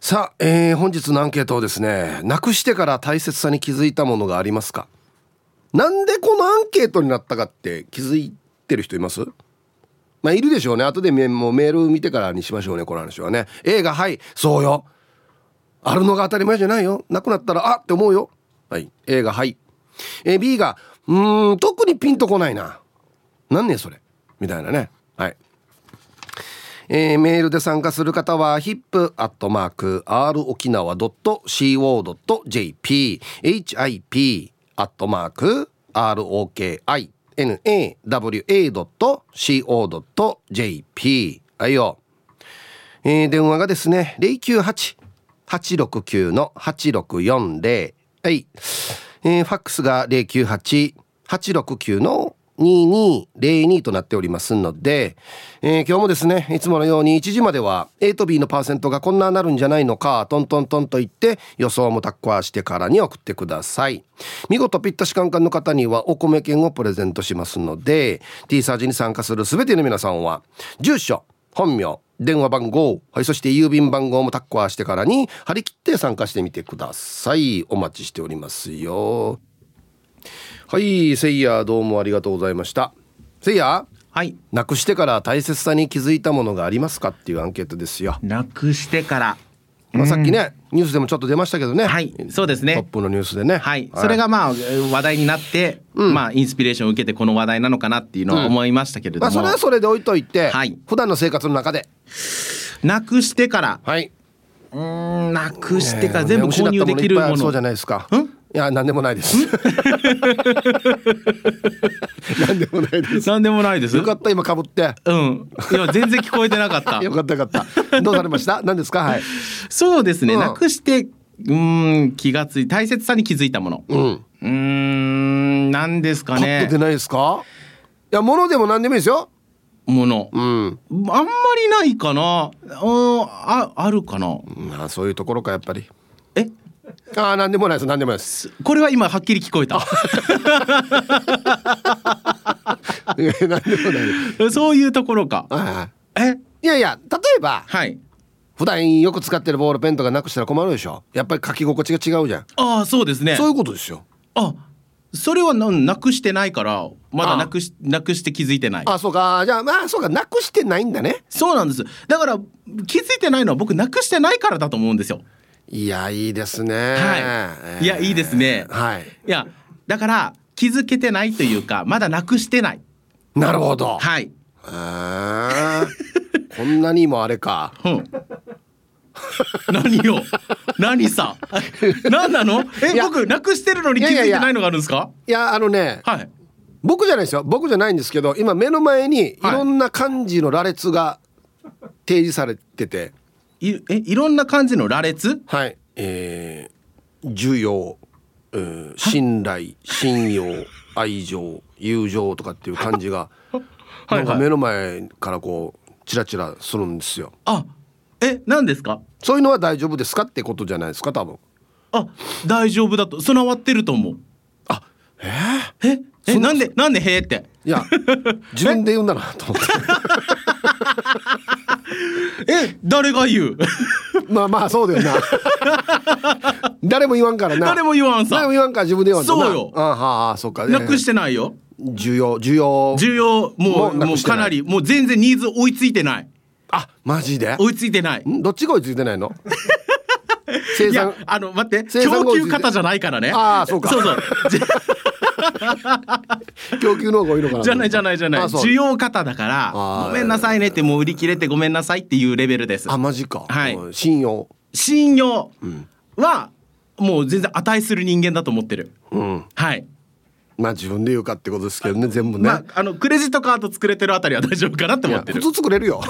さあ、本日のアンケートをですね、なくしてから大切さに気づいたものがありますか。なんでこのアンケートになったかって気づいてる人います？まあいるでしょうね。後でもうメール見てからにしましょうね、この話はね。A がはい、そうよ、あるのが当たり前じゃないよ、なくなったらあって思うよ。はい、A がはい。B が特にピンとこないな、なんねそれみたいなね。はい。メールで参加する方は hip@rokinawa.co.jp hip@rokinawa.co.jp はいよ。電話がですね 098-869-8640 はい。ファックスが 098-869-2202 となっておりますので、今日もですねいつものように1時までは A と B のパーセントがこんななるんじゃないのかトントントンと言って予想もタッコアしてからに送ってください。見事ぴったしカンカンの方にはお米券をプレゼントしますので T サージに参加するすべての皆さんは住所、本名、電話番号、はい、そして郵便番号もタッコアしてからに張り切って参加してみてください。お待ちしておりますよ。はい、せいやどうもありがとうございました。せいや、 はい、 なくしてから大切さに気づいたものがありますかっていうアンケートですよ。 なくしてから、 まあ、さっきねニュースでもちょっと出ましたけどね。 はい、そうですね、 トップのニュースでね、 はい、それがまあ話題になって、まあインスピレーションを受けてこの話題なのかなっていうのは思いましたけれども、 まあ、それはそれで置いといて、 はい、 普段の生活の中でなくしてから、 はい、 なくしてから全部購入できるもの、 そうじゃないですか。いや、なんでもないですなんでもないです。 なんでもないです。 よかった、今かぶって。 いや全然聞こえてなかったよかったよかった。どうされました？何ですか？はい。 そうですね、なくして気がつい大切さに気づいたもの、何ですかね。 パッと出ないですか？いや、物でも何でもいいですよ。 もの、あんまりないかな。あるかな。 そういうところかやっぱり。 なんでもないです、なんでもないです。 これは今はっきり聞こえたなんでもないそういうところか。 いやいや、例えば、 はい、 普段よく使ってるボールペンとかなくしたら困るでしょ。やっぱり書き心地が違うじゃん。 そうですね。 そういうことですよ。 それはなくしてないからまだなくして気づいてない。 そうか。じゃあまあそうか、なくしてないんだね。 そうなんです。だから気づいてないのは僕なくしてないからだと思うんですよ。 いや、いいですね。 はい、いや、いいですね。 はい。 いや、だから気づけてないというかまだなくしてない。 なるほど。 はい。 こんなにもあれか。 何よ何さ何なの。僕なくしてるのに気づいてないのがあるんですか？ いや、はい、僕じゃないですよ。僕じゃないんですけど、今目の前にいろんな漢字の羅列が提示されてて、 いろんな漢字の羅列。 はい。需要、信頼、信用、愛情、友情とかっていう漢字がなんか目の前からこうチラチラするんですよ。 何ですか？ そういうのは大丈夫ですかってことじゃないですか、多分。 大丈夫だと、備わってると思う。なんでへーって。いや自分で言うんだなと思って誰が言うまあそうだよな誰も言わんからな。 誰も言わんさ。 誰も言わんから自分で言わんとな。 そうよ。 そうか、 なくしてないよ。 需要もうかなりもう全然ニーズ追いついてない。 マジで追いついてない。 どっちが追いついてないの？生産。 いや、待って、供給方じゃないからね。 そうか。 そう供給の方が多いのかな。 じゃない需要方だからごめんなさいねって、もう売り切れてごめんなさいっていうレベルです。 マジか。 はい。 信用はもう全然値する人間だと思ってる。はい。 自分で言うかってことですけどね、全部ね。 クレジットカード作れてるあたりは大丈夫かなって思ってる。 普通作れるよ普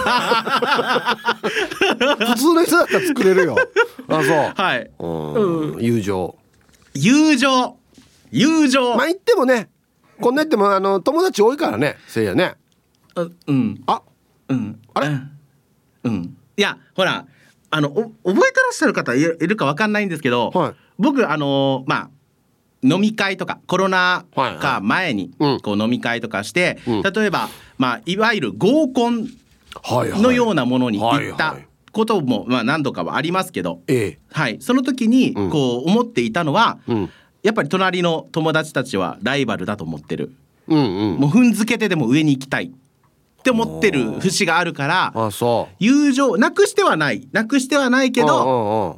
通の人だったら作れるよ。そう。 はい。 友情言ってもね、こんな言っても友達多いからね、せいやね。 あれいや、ほら覚えてらっしゃる方いるか分かんないんですけど、僕飲み会とかコロナ禍前にこう飲み会とかして、例えばいわゆる合コンのようなものに行ったこともまあ何度かはありますけど、はい、その時にうんこう思っていたのは、 うん、 やっぱり隣の友達たちはライバルだと思ってる、 うんうん、 もう踏んづけてでも上に行きたいって思ってる節があるから、 あ、そう友情なくしてはないけど、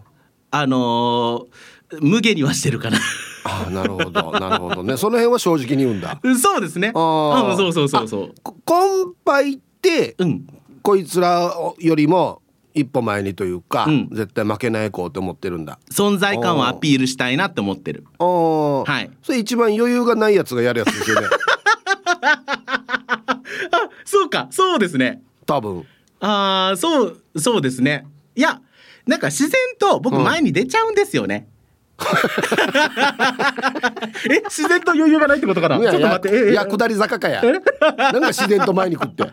無限にはしてるかなあ、なるほどなるほどね。その辺は正直に言うんだ。 そうですね。そうコンパイって、 うん、 こいつらよりも一歩前にというか、 うん、 絶対負けない子って思ってるんだ。 存在感をアピールしたいなって思ってる。 はい、それ一番余裕がないやつがやるやつですよねあ、そうか、そうですね、 多分。 そうですね。いや、なんか自然と僕前に出ちゃうんですよね、自然と余裕がないってことかな。ちょっと待って、 下り坂かやなんか自然と前に食って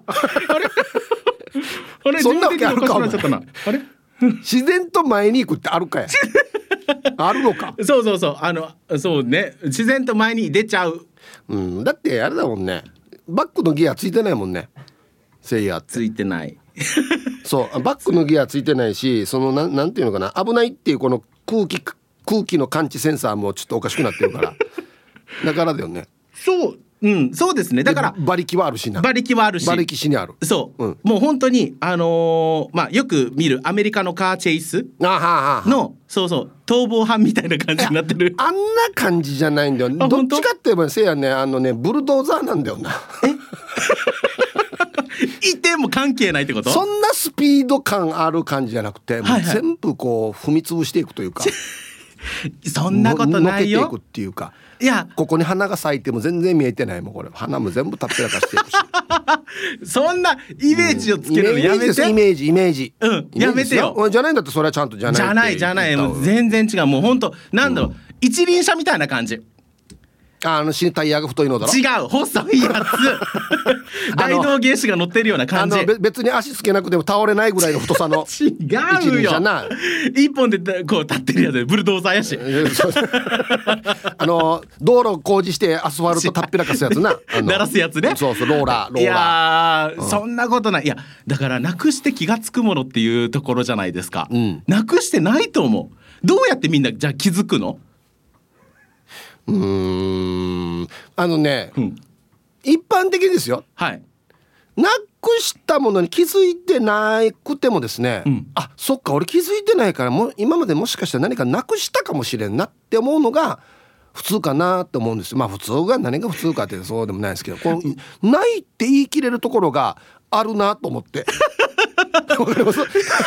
あれそんなわけあるか。 あれ自然と前に行くってあるかやあるのか。 そうそうね、自然と前に出ちゃう、 うん、だってあれだもんね、バックのギアついてないもんね。セイヤってついてないそうバックのギアついてないし、そのなんていうのかな、危ないっていうこの空気の感知センサーもちょっとおかしくなってるからだからだよね。 そう、うん、そうですね。だから馬力はあるしな。 馬力はあるし、 馬力しにある。 そう、もう本当にまあよく見るアメリカのカーチェイスのそう逃亡犯みたいな感じになってる。 あんな感じじゃないんだよ。どっちかって言えばせいやね、ブルドーザーなんだよな。 いても関係ないってこと？ そんなスピード感ある感じじゃなくて、もう全部こう踏み潰していくというかそんなことないよ。 のけていくっていうか、 いや、 ここに花が咲いても全然見えてないもん。これ花も全部たっぺらかしてるしそんなイメージをつけるのやめて、 イメージ、 やめてよ。 じゃないんだって、それはちゃんとじゃないもう全然違う。もう本当なんだろう、一輪車みたいな感じ。 新タイヤが太いのだろ。 違う、細いやつ大道芸師が乗ってるような感じ。 別に足つけなくても倒れないぐらいの太さの違うよ、一本でこう立ってるやつ、ブルドーザーやし道路工事してアスファルトたっぺらかすやつな鳴らすやつね。 そうローラー。 いや、そんなことない。いや、だからなくして気がつくものっていうところじゃないですか、なくしてないと思う。どうやってみんなじゃあ気づくの？ 一般的ですよ、なくしたものに気づいてなくてもですね、あ、そっか、俺気づいてないから、今までもしかしたら何かなくしたかもしれんなって思うのが普通かなって思うんですよ。まあ普通が何が普通かってそうでもないですけど、このないって言い切れるところがあるなと思ってわかります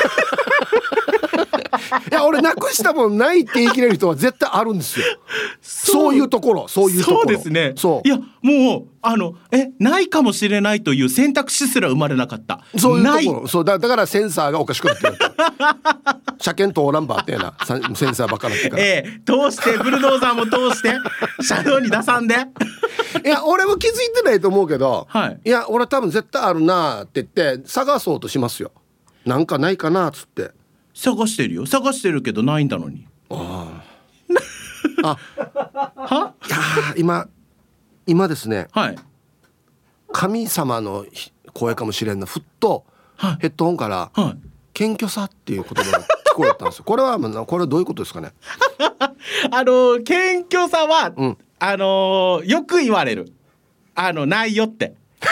いや、俺なくしたもんないって言い切れる人は絶対あるんですよ。そういうところ。そうですね。いや、もうないかもしれないという選択肢すら生まれなかった。 そういうところ。そうだからセンサーがおかしくなってる車検通らんばってやな、センサーばっかなってから、 通してブルドーザーも通して車道に出さんでいや、俺も気づいてないと思うけど、いや、俺多分絶対あるなって言って探そうとしますよ。なんかないかなっつって探してるけどないんだのに。 はいや、今ですね、神様の声かもしれんな、ふっとヘッドホンから謙虚さっていう言葉が聞こえたんですよ。これはどういうことですかね謙虚さは、よく言われる。ないよって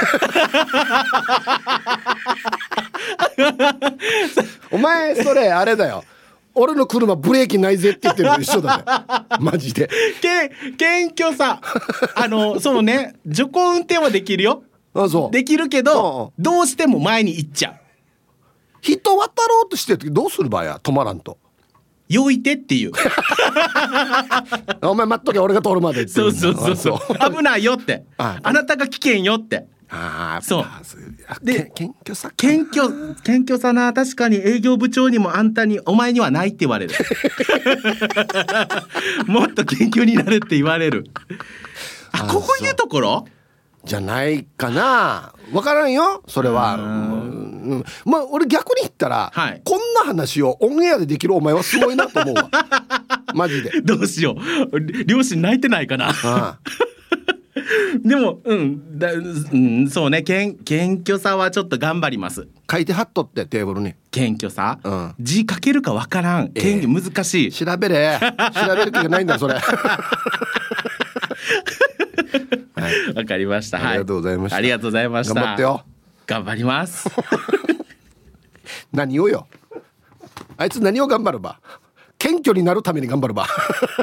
お前それあれだよ、俺の車ブレーキないぜって言ってるのと一緒だねマジで。 謙虚さそうね、徐行運転はできるよ。できるけど、どうしても前に行っちゃう。 人渡ろうとしてる時どうする場合や、止まらんとよいてっていうお前待っとけ、俺が通るまでって。 そう危ないよって、あなたが危険よって。そうで、謙虚さな。確かに営業部長にもお前にはないって言われるもっと謙虚になれって言われる。こういうところじゃないかな、分からんよそれは。まあ俺逆に言ったら、こんな話をオンエアでできるお前はすごいなと思うわマジで。 どうしよう、両親泣いてないかなでもそうね、謙虚さはちょっと頑張ります。 書いてはっとってテーブルに謙虚さ、字書けるかわからん、謙虚難しい。 調べる気がないんだそれ。 わかりました。 ありがとうございました。 ありがとうございました。 頑張ってよ。 頑張ります。 何をよ、あいつ何を頑張るば、謙虚になるために頑張るば。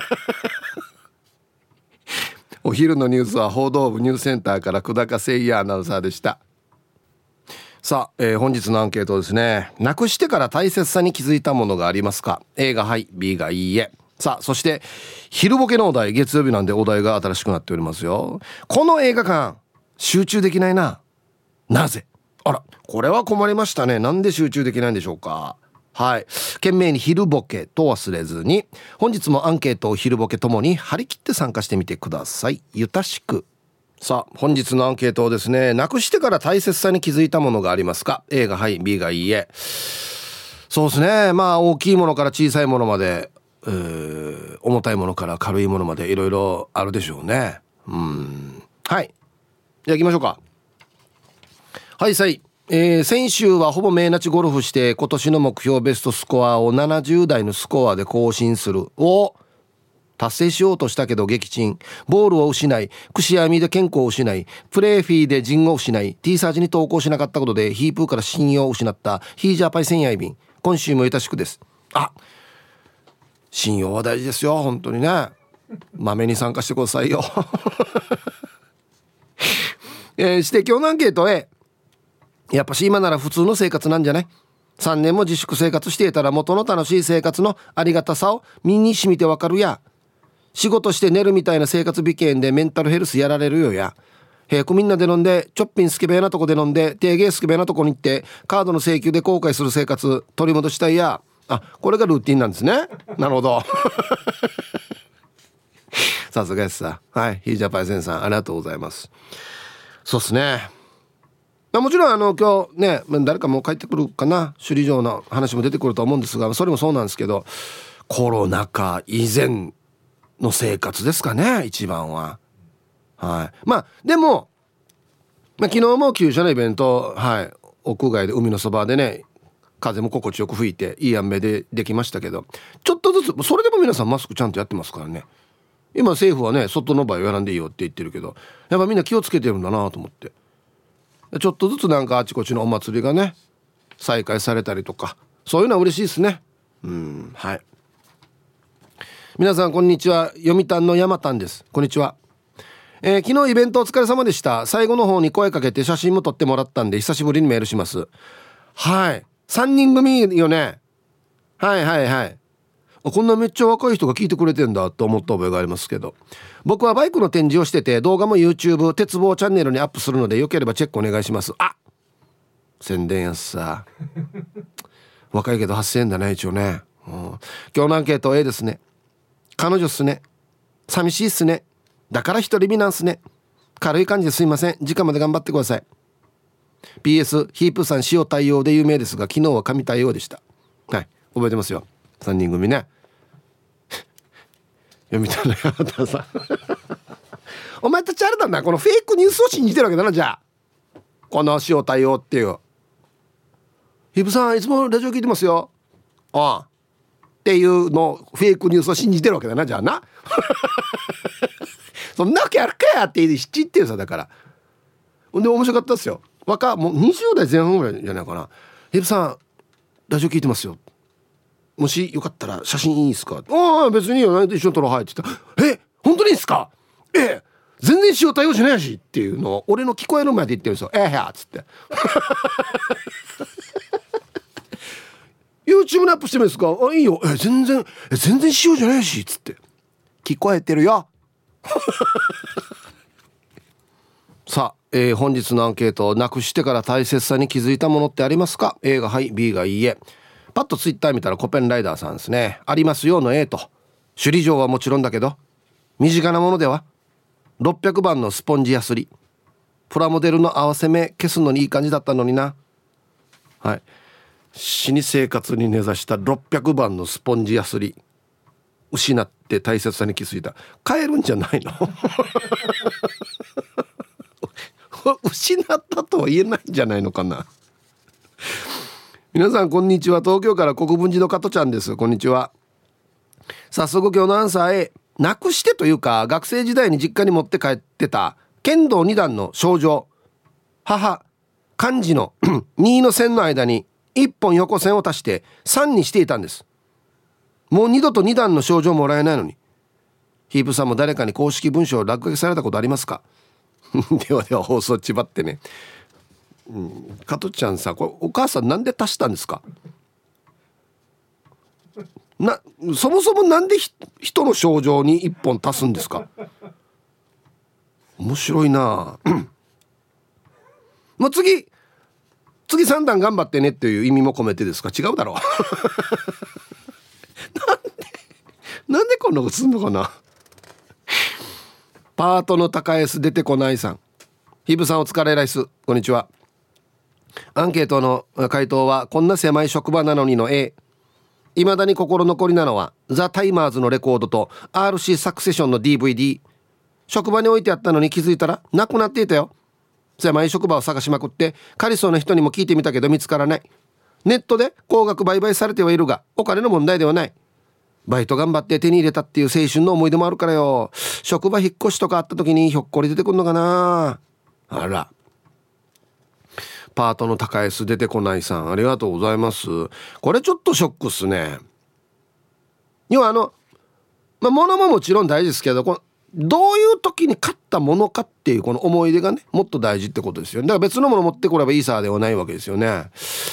お昼のニュースは報道部ニュースセンターから久高誠也アナウンサーでした。さあ、本日のアンケートですね。なくしてから大切さに気づいたものがありますか？ A がはい、 B がいいえ。さあ、そして昼ボケのお題、月曜日なんでお題が新しくなっておりますよ。この映画館集中できないな、なぜ？あら、これは困りましたね。なんで集中できないんでしょうか。はい、懸命に昼ボケと忘れずに、本日もアンケートを昼ボケともに張り切って参加してみてください。ゆたしく。さあ、本日のアンケートをですね、なくしてから大切さに気づいたものがありますか？ A がはい、 B がいいえ。そうですね、まあ大きいものから小さいものまで、重たいものから軽いものまでいろいろあるでしょうね。はい、じゃあ行きましょうか。はい、先週はほぼ命なちゴルフして今年の目標ベストスコアを70台のスコアで更新するを達成しようとしたけど撃沈、ボールを失い、くし網で健康を失い、プレーフィーで陣を失い、T サージに投稿しなかったことでヒープーから信用を失ったヒージャーパイセンヤイビン、今週もゆたしくです。あ、信用は大事ですよ、本当にね。まめに参加してくださいよ。して今日のアンケートへ、やっぱし今なら普通の生活なんじゃない？ 3 年も自粛生活していたら元の楽しい生活のありがたさを身に染みてわかるや。仕事して寝るみたいな生活美形でメンタルヘルスやられるよや。平子みんなで飲んでちょっぴんスケベなとこで飲んで定芸スケベなとこに行ってカードの請求で後悔する生活取り戻したいや。あ、これがルーティンなんですね。なるほど。さすがですさ。はい、ヒージャーパイセンさんありがとうございます。そうっすね。もちろん今日ね、誰かもう帰ってくるかな、首里城の話も出てくると思うんですが、それもそうなんですけど、コロナ禍以前の生活ですかね、一番は。はい、まあでも、昨日も旧車のイベント、はい、屋外で海のそばでね、風も心地よく吹いていい雨でできましたけど、ちょっとずつそれでも皆さんマスクちゃんとやってますからね。今政府はね、外の場合はやらんでいいよって言ってるけど、やっぱみんな気をつけてるんだなと思って、ちょっとずつなんかあちこちのお祭りがね再開されたりとか、そういうのは嬉しいですね。はい、皆さんこんにちは、読谷の山谷です。こんにちは。昨日イベントお疲れ様でした。最後の方に声かけて写真も撮ってもらったんで久しぶりにメールします。はい、3人組よね。はいはいはい、こんなめっちゃ若い人が聞いてくれてんだと思った覚えがありますけど、僕はバイクの展示をしてて動画も YouTube 鉄棒チャンネルにアップするのでよければチェックお願いします。あ、宣伝やっさ。若いけど8000円だね一応ね。今日のアンケート A ですね。彼女っすね。寂しいっすね。だから一人身なんっすね。軽い感じですいません。時間まで頑張ってください。 PS ヒープさん塩対応で有名ですが昨日は紙対応でした。はい、覚えてますよ。3人組ね。読みたいな山田さん。お前たちあれだな、このフェイクニュースを信じてるわけだな。じゃあこの塩対応っていう、ヒブさんいつもラジオ聞いてますよっていうのフェイクニュースを信じてるわけだな。じゃあな。そんなわけあるかやって知ってるさ。だからで面白かったですよ。もう20代前半ぐらいじゃないかな。ヒブさんラジオ聞いてますよ、もしよかったら写真いいですか？ああ別にいいよ、一緒に撮ろう、はいって言ったら、本当にいいですか？全然塩対応しないしっていうのを俺の聞こえる前で言ってるんですよ。っつって。YouTube にアップしてもいいですか？あ、いいよ。全然塩じゃないしっつって、聞こえてるよ。さあ、本日のアンケート、なくしてから大切さに気づいたものってありますか？ A がはい、 B がいいえ。パッとツイッター見たらコペンライダーさんですね。ありますよの A と、首里城はもちろんだけど身近なものでは600番のスポンジヤスリ、プラモデルの合わせ目消すのにいい感じだったのにな。はい、死に生活に根ざした600番のスポンジヤスリ失って大切さに気づいた。買えるんじゃないの？ 失ったとは言えないんじゃないのかな。皆さんこんにちは、東京から国分寺の加トちゃんです。こんにちは。早速今日のアンサーへ。なくしてというか学生時代に実家に持って帰ってた剣道2段の賞状、母漢字の2の線の間に1本横線を足して3にしていたんです。もう二度と2段の賞状もらえないのに。ヒープさんも誰かに公式文書を落書きされたことありますか？ではでは放送ちばってね。加トちゃんさ、これお母さんなんで足したんですか？そもそもなんで人の症状に1本足すんですか？面白いな。もう次3段頑張ってねっていう意味も込めてですか？違うだろう。なんでこんなことすんのかな。パートの高安出てこないさん、ヒブさんお疲れライス、こんにちは。アンケートの回答はこんな狭い職場なのにの A。 未だに心残りなのはザ・タイマーズのレコードと RC サクセションの DVD。 職場に置いてあったのに気づいたらなくなっていたよ。狭い職場を探しまくって借りそうな人にも聞いてみたけど見つからない。ネットで高額売買されてはいるがお金の問題ではない。バイト頑張って手に入れたっていう青春の思い出もあるからよ。職場引っ越しとかあった時にひょっこり出てくるのかな。あら、パートの高安出てこないさん、ありがとうございます。これちょっとショックっすね。要は物ももちろん大事ですけど、どういう時に買ったものかっていうこの思い出がね、もっと大事ってことですよね。だから別のもの持ってこればいいさではないわけですよね。はい、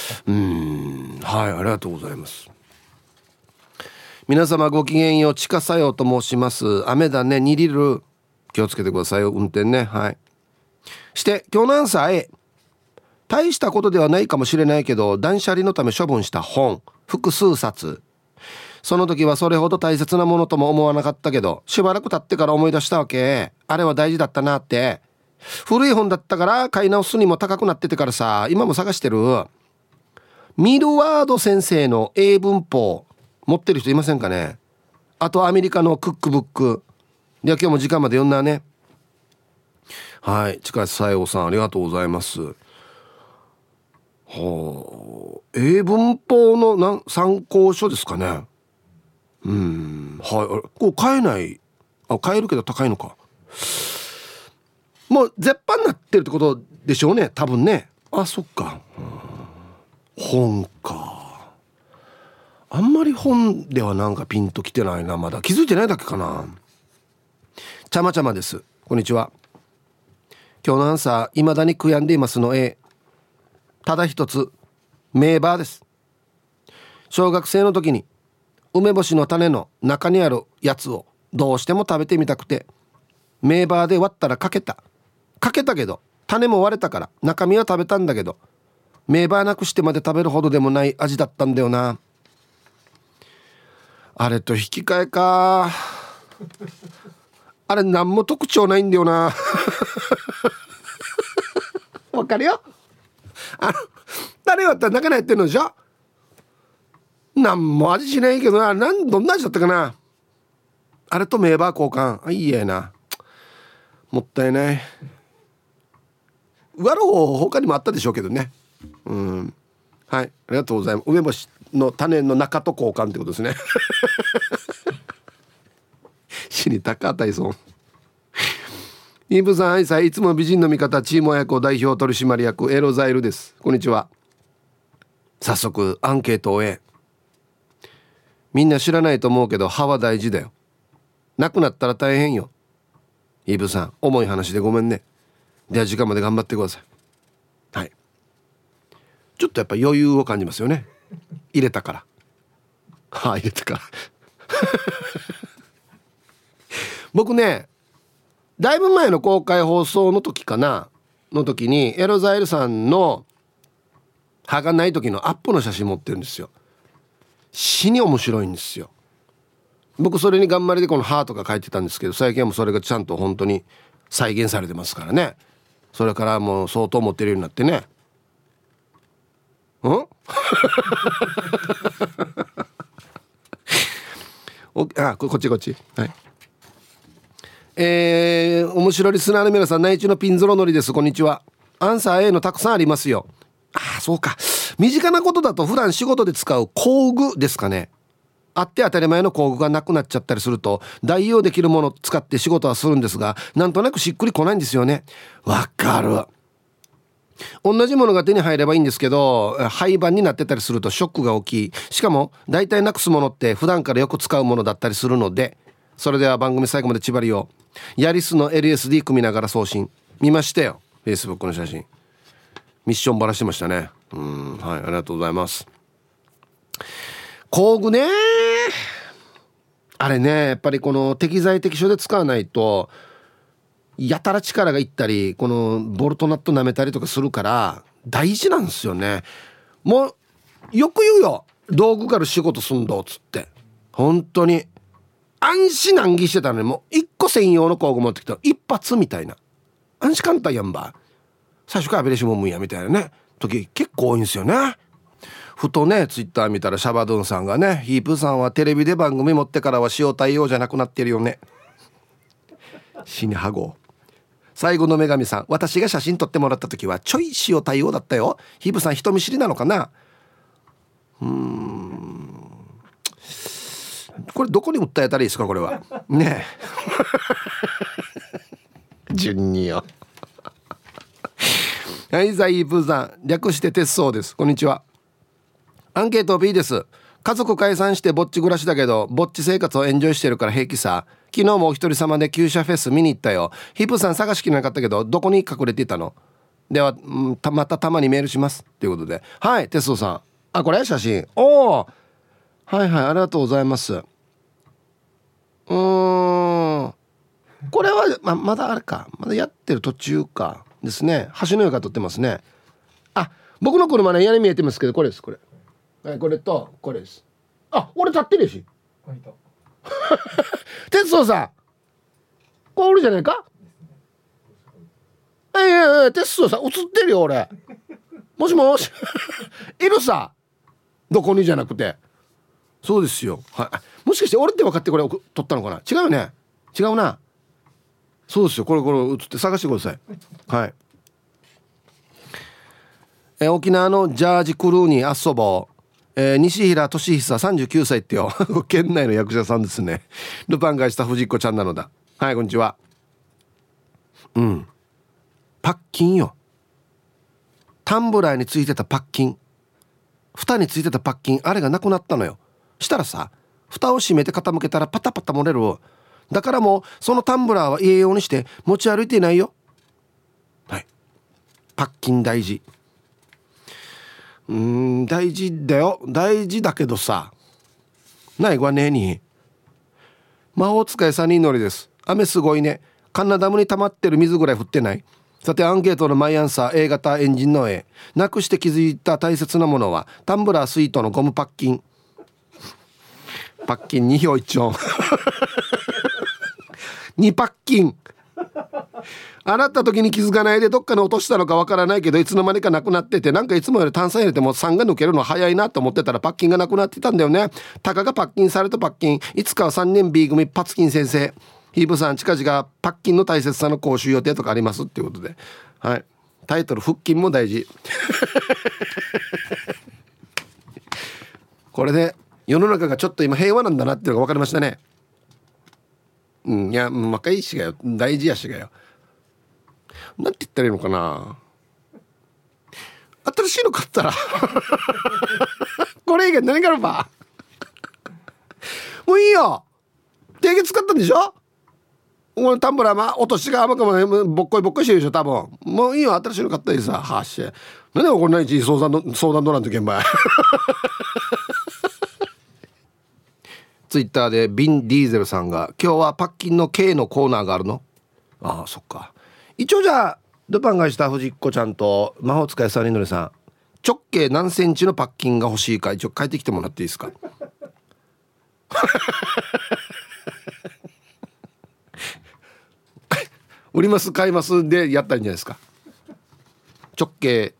ありがとうございます。皆様ごきげんよう、地下作用と申します。雨だね、2リル気をつけてくださいよ、運転ね。はい。して今日のアンサー A。 大したことではないかもしれないけど断捨離のため処分した本複数冊。その時はそれほど大切なものとも思わなかったけどしばらく経ってから思い出したわけ。あれは大事だったなって。古い本だったから買い直すにも高くなっててからさ、今も探してる。ミルワード先生の英文法持ってる人いませんかね。あとアメリカのクックブックで、今日も時間まで読んだね。はい、近さよさんありがとうございます。はあ、英文法の参考書ですかね。はい、こう買えない。買えるけど高いのか。もう絶版になってるってことでしょうね、多分ね。あ、そっか。本か。あんまり本ではなんかピンときてないな。まだ気づいてないだけかな。ちゃまちゃまです。こんにちは。今日のアンサー未だに悔やんでいますの A。 ただ一つ名バーです。小学生の時に梅干しの種の中にあるやつをどうしても食べてみたくて名バーで割ったらかけたけど種も割れたから中身は食べたんだけど名バーなくしてまで食べるほどでもない味だったんだよな。あれと引き換えか。あれ何も特徴ないんだよな。わかるよ。誰割ったら中に入ってるのでしょ。何も味しないけどな。どんな味だったかな。あれと名バー交換。いいやな。もったいない。割る方他にもあったでしょうけどね。はい、ありがとうございます。梅干しの種の中と交換ってことですね。死に高たいそう。インプさん、はい、いつも美人の味方チーム親子代表取締役エロザイルです。こんにちは。早速アンケートを終え。みんな知らないと思うけど歯は大事だよ。なくなったら大変よ。イブさん、重い話でごめんね。では時間まで頑張ってください。はい、ちょっとやっぱ余裕を感じますよね。入れたから。入れたから。僕ね、だいぶ前の公開放送の時かなの時にエロザイルさんの歯がない時のアップの写真持ってるんですよ。死に面白いんですよ。僕それに頑張りでこの歯とか書いてたんですけど、最近はもうそれがちゃんと本当に再現されてますからね。それからもう相当持ってるようになってね。こっち、はい。 面白いリスナーの皆さん、内地のピンゾロのりです。こんにちは。アンサー A のたくさんありますよ。そうか。身近なことだと普段仕事で使う工具ですかね。あって当たり前の工具がなくなっちゃったりすると代用できるものを使って仕事はするんですが、なんとなくしっくりこないんですよね。わかる。同じものが手に入ればいいんですけど、廃盤になってたりするとショックが大きい。しかも大体なくすものって普段からよく使うものだったりするので。それでは番組最後まで縛りを。ヤリスの LSD 組みながら送信見ましたよ。 Facebook の写真ミッションばらしてましたね。はい、ありがとうございます。工具ね、あれね、やっぱりこの適材適所で使わないとやたら力がいったり、このボルトナット舐めたりとかするから大事なんですよね。もうよく言うよ、道具から仕事すんどっつって。本当に安心難儀してたのに、もう一個専用の工具持ってきたら一発みたいな、安心簡単やんば、最初からベレシモンやみたいなね時結構多いんですよね。ふとねツイッター見たらシャバドゥンさんがね、ヒープさんはテレビで番組持ってからは塩対応じゃなくなってるよね。死にはご。最後の女神さん、私が写真撮ってもらった時はちょい塩対応だったよ。ヒープさん人見知りなのかな。これどこに訴えたらいいですかこれはねえ順によ。はい、ザイープーさん、略して鉄相です。こんにちは。アンケート B です。家族解散してぼっち暮らしだけどぼっち生活をエンジョイしてるから平気さ。昨日もお一人様で旧車フェス見に行ったよ。ヒップさん探しきれなかったけどどこに隠れていたの。ではまたたまにメールしますということで、はい、鉄相さん、これ写真、おー、はいはい、ありがとうございます。これは、まだあれか、まだやってる途中かですね。橋の上から撮ってますね。僕の車ね、屋根見えてますけど、これです、これ。はい、これとこれです。俺立ってるし哲夫さん、これ俺じゃないか。哲夫さん映ってるよ俺。もしもしいるさ、どこにじゃなくて。そうですよ、はい。もしかして俺って分かってこれ撮ったのかな。違うよね。違うな。そうですよ、これ映って探してください。はい。沖縄のジャージクルーに遊ぼう、西平俊久39歳ってよ県内の役者さんですね。ルパンがした藤子ちゃんなのだ。はい、こんにちは。パッキンよ。タンブラーについてたパッキン、蓋についてたパッキン、あれがなくなったのよ。したらさ、蓋を閉めて傾けたらパタパタ漏れる。だからもうそのタンブラーは家用にして持ち歩いていないよ。はい、パッキン大事。大事だよ。大事だけどさ、ないわねえに。魔法使い3人乗りです。雨すごいね。カンナダムに溜まってる水ぐらい降ってない。さてアンケートのマイアンサー A 型エンジンの A。 なくして気づいた大切なものはタンブラースイートのゴムパッキン。パッキン2票1丁2パッキン。洗った時に気づかないでどっかに落としたのかわからないけど、いつの間にかなくなってて、なんかいつもより炭酸入れても酸が抜けるの早いなと思ってたらパッキンがなくなってたんだよね。たかがパッキンされたパッキン。いつかは3年 B 組パツキン先生、ヒープさん近々パッキンの大切さの講習予定とかありますっていうことで、はい、タイトル腹筋も大事これで世の中がちょっと今平和なんだなっていうのが分かりましたね。いや若いしがよ、大事やしがよ。なんて言ったらいいのかな。新しいの買ったらこれ以外何があるばもういいよ。定期使ったんでしょ。このタンブラー落としが甘くもぼっこいぼっこいしてるでしょ多分。もういいよ、新しいの買ったりさ。はっし何でもこんなに相談乗らんと現場ツイッターでビン・ディーゼルさんが、今日はパッキンの K のコーナーがあるの。そっか。一応じゃあルパンがした藤子ちゃんと魔法使い3人のりさん、直径何センチのパッキンが欲しいか一応書いてきてもらっていいですか売ります買いますでやったらいいんじゃないですか。直径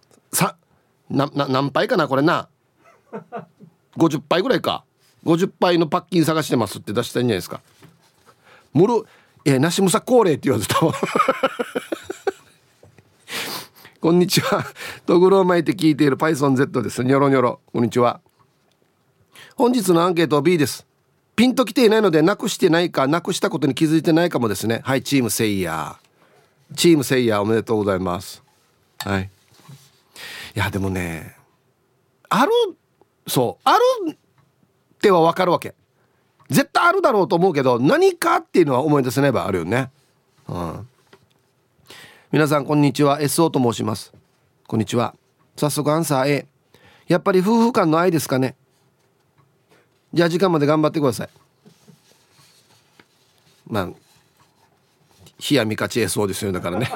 何杯かなこれな。50杯ぐらいか。50杯のパッキン探してますって出したらいいんじゃないですか。 なしむさ恒例って言われたわこんにちは。とぐろを巻いて聞いている PythonZ です。ニョロニョロ。こんにちは。本日のアンケート B です。ピンときていないので、なくしてないかなくしたことに気づいてないかもですね。はい、チームセイヤー、チームセイヤーおめでとうございます。はい。いやでもね、あるっては分かるわけ。絶対あるだろうと思うけど、何かっていうのは思い出せない場合あるよね。皆さんこんにちは。 SO と申します。こんにちは。早速アンサー A。 やっぱり夫婦間の愛ですかね。じゃあ時間まで頑張ってください。まあ冷やみかち SO ですよ、だからね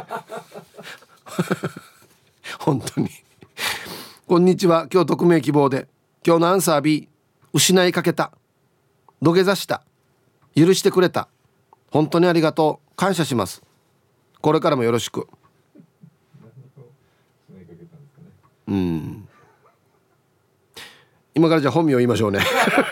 本当にこんにちは。今日匿名希望で、今日のアンサー B。 失いかけた、土下座した、許してくれた、本当にありがとう、感謝します、これからもよろしく。今からじゃあ本名を言いましょうね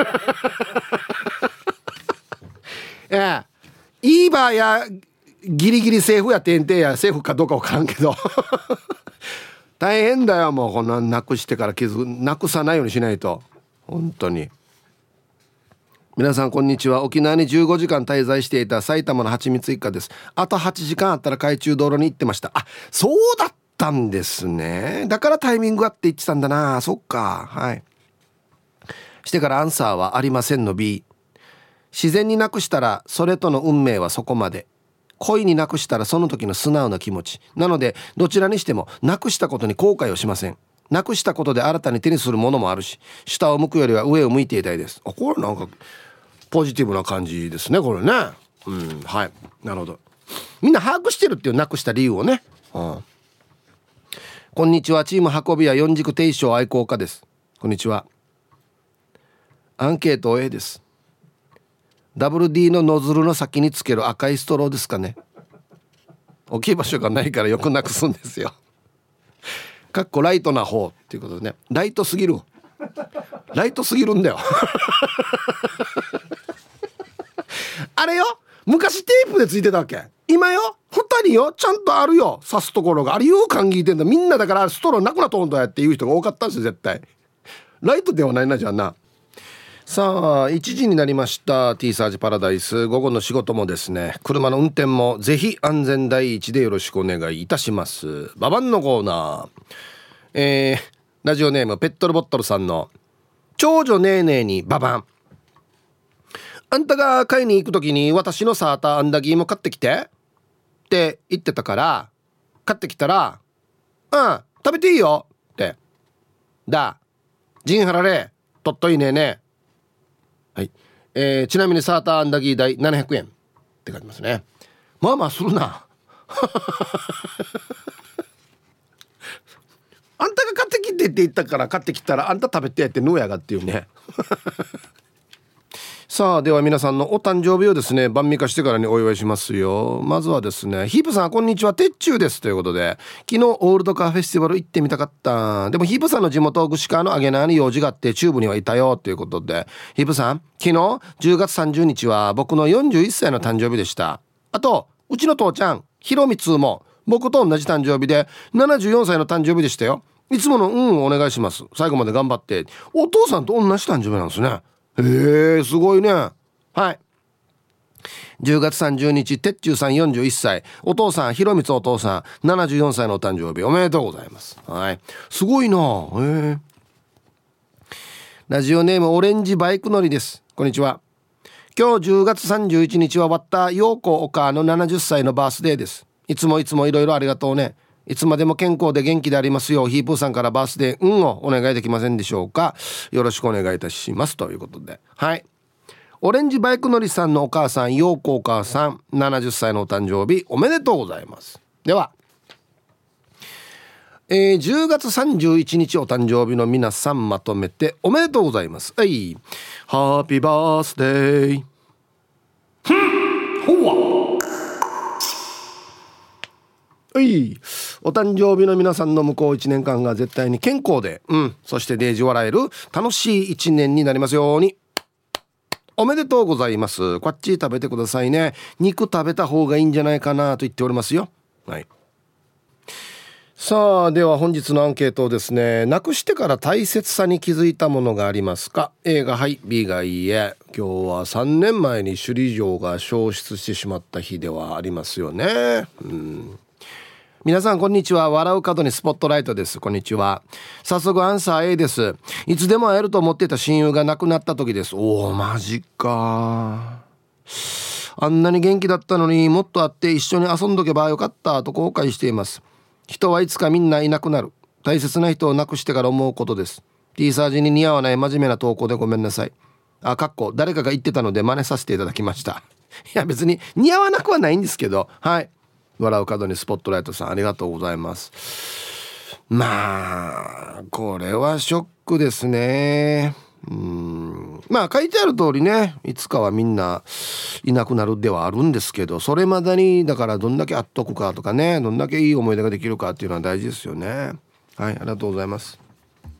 いいばやギリギリセーフやてんてやセーフかどうかわからんけど大変だよ、もうこんななくしてからなくさないようにしないと。本当に。皆さんこんにちは。沖縄に15時間滞在していた埼玉のはちみつ一家です。あと8時間あったら海中道路に行ってました。あ、そうだったんですね。だからタイミングあって言ってたんだな。そっか。はい。してからアンサーはありませんの B。 自然になくしたらそれとの運命はそこまで、恋になくしたらその時の素直な気持ちなので、どちらにしてもなくしたことに後悔をしません。なくしたことで新たに手にするものもあるし、下を向くよりは上を向いていたいです。これなんかポジティブな感じですね、これね。はい、なるほど。みんな把握してるっていうなくした理由をね。こんにちは。チーム運び屋四軸定称愛好家です。こんにちは。アンケート A です。WD のノズルの先につける赤いストローですかね。置き場所がないからよくなくすんですよ。かっこライトな方っていうことでね。ライトすぎるんだよあれよ、昔テープでついてたわけ。今よ2人よちゃんとあるよ、刺すところがあれよう感じてんだ。みんなだからストローなくなっとんだやっていう人が多かったんですよ、絶対。ライトではないな、じゃあな。さあ1時になりました。 T サージパラダイス、午後の仕事もですね、車の運転もぜひ安全第一でよろしくお願いいたします。ババンのコーナー、ラジオネームペットルボットルさんの長女ネーネーにババン。あんたが買いに行くときに私のサーターアンダギーも買ってきてって言ってたから、買ってきたら、食べていいよってだ、ジンハラレとっといねえね。はい、ちなみにサーターアンダギー代700円って書いてますね。まあまあするなあんたが買ってきてって言ったから買ってきたらあんた食べてってぬやがっていうねさあでは皆さんのお誕生日をですね、晩御飯してからにお祝いしますよ。まずはですね、ヒープさんこんにちは、てっちゅうですということで、昨日オールドカーフェスティバル行ってみたかった。でもヒープさんの地元串川のアゲナーに用事があってチューブにはいたよということで、ヒープさん昨日10月30日は僕の41歳の誕生日でした。あとうちの父ちゃんひろみつも僕と同じ誕生日で74歳の誕生日でしたよ。いつものお願いします。最後まで頑張って。お父さんと同じ誕生日なんですね。へえ、すごいね。はい、10月30日てっちゅうさん41歳、お父さんひろみつお父さん74歳のお誕生日おめでとうございます。はい、すごいな。へえ。ラジオネームオレンジバイク乗りです。こんにちは。今日10月31日はわった陽子お母の70歳のバースデーです。いつもいろいろありがとうね。いつまでも健康で元気でありますよう、ヒープーさんからバースデーをお願いできませんでしょうか。よろしくお願いいたしますということで、はい、オレンジバイク乗りさんのお母さん陽子お母さん70歳のお誕生日おめでとうございます。では、10月31日お誕生日の皆さんまとめておめでとうございます。はい、ハッピーバースデー。ほわはい、お誕生日の皆さんの向こう1年間が絶対に健康で、そしてデージ笑える楽しい1年になりますように。 おめでとうございます。こっち食べてくださいね。肉食べた方がいいんじゃないかなと言っておりますよ。はい。さあ、では本日のアンケートですね。なくしてから大切さに気づいたものがありますか？ A がはい、 B がいいえ。今日は3年前に首里城が消失してしまった日ではありますよね。皆さんこんにちは。笑う角にスポットライトです。こんにちは。早速アンサー A です。いつでも会えると思っていた親友が亡くなった時です。おー、マジか。あんなに元気だったのにもっと会って一緒に遊んどけばよかったと後悔しています。人はいつかみんないなくなる。大切な人を亡くしてから思うことです。 T サージに似合わない真面目な投稿でごめんなさい。誰かが言ってたので真似させていただきました。いや別に似合わなくはないんですけど、はい。笑う角にスポットライトさん、ありがとうございます。まあこれはショックですね。まあ書いてある通りね、いつかはみんないなくなるではあるんですけど、それまでにだからどんだけ会っとくかとかね、どんだけいい思い出ができるかっていうのは大事ですよね。はい、ありがとうございます。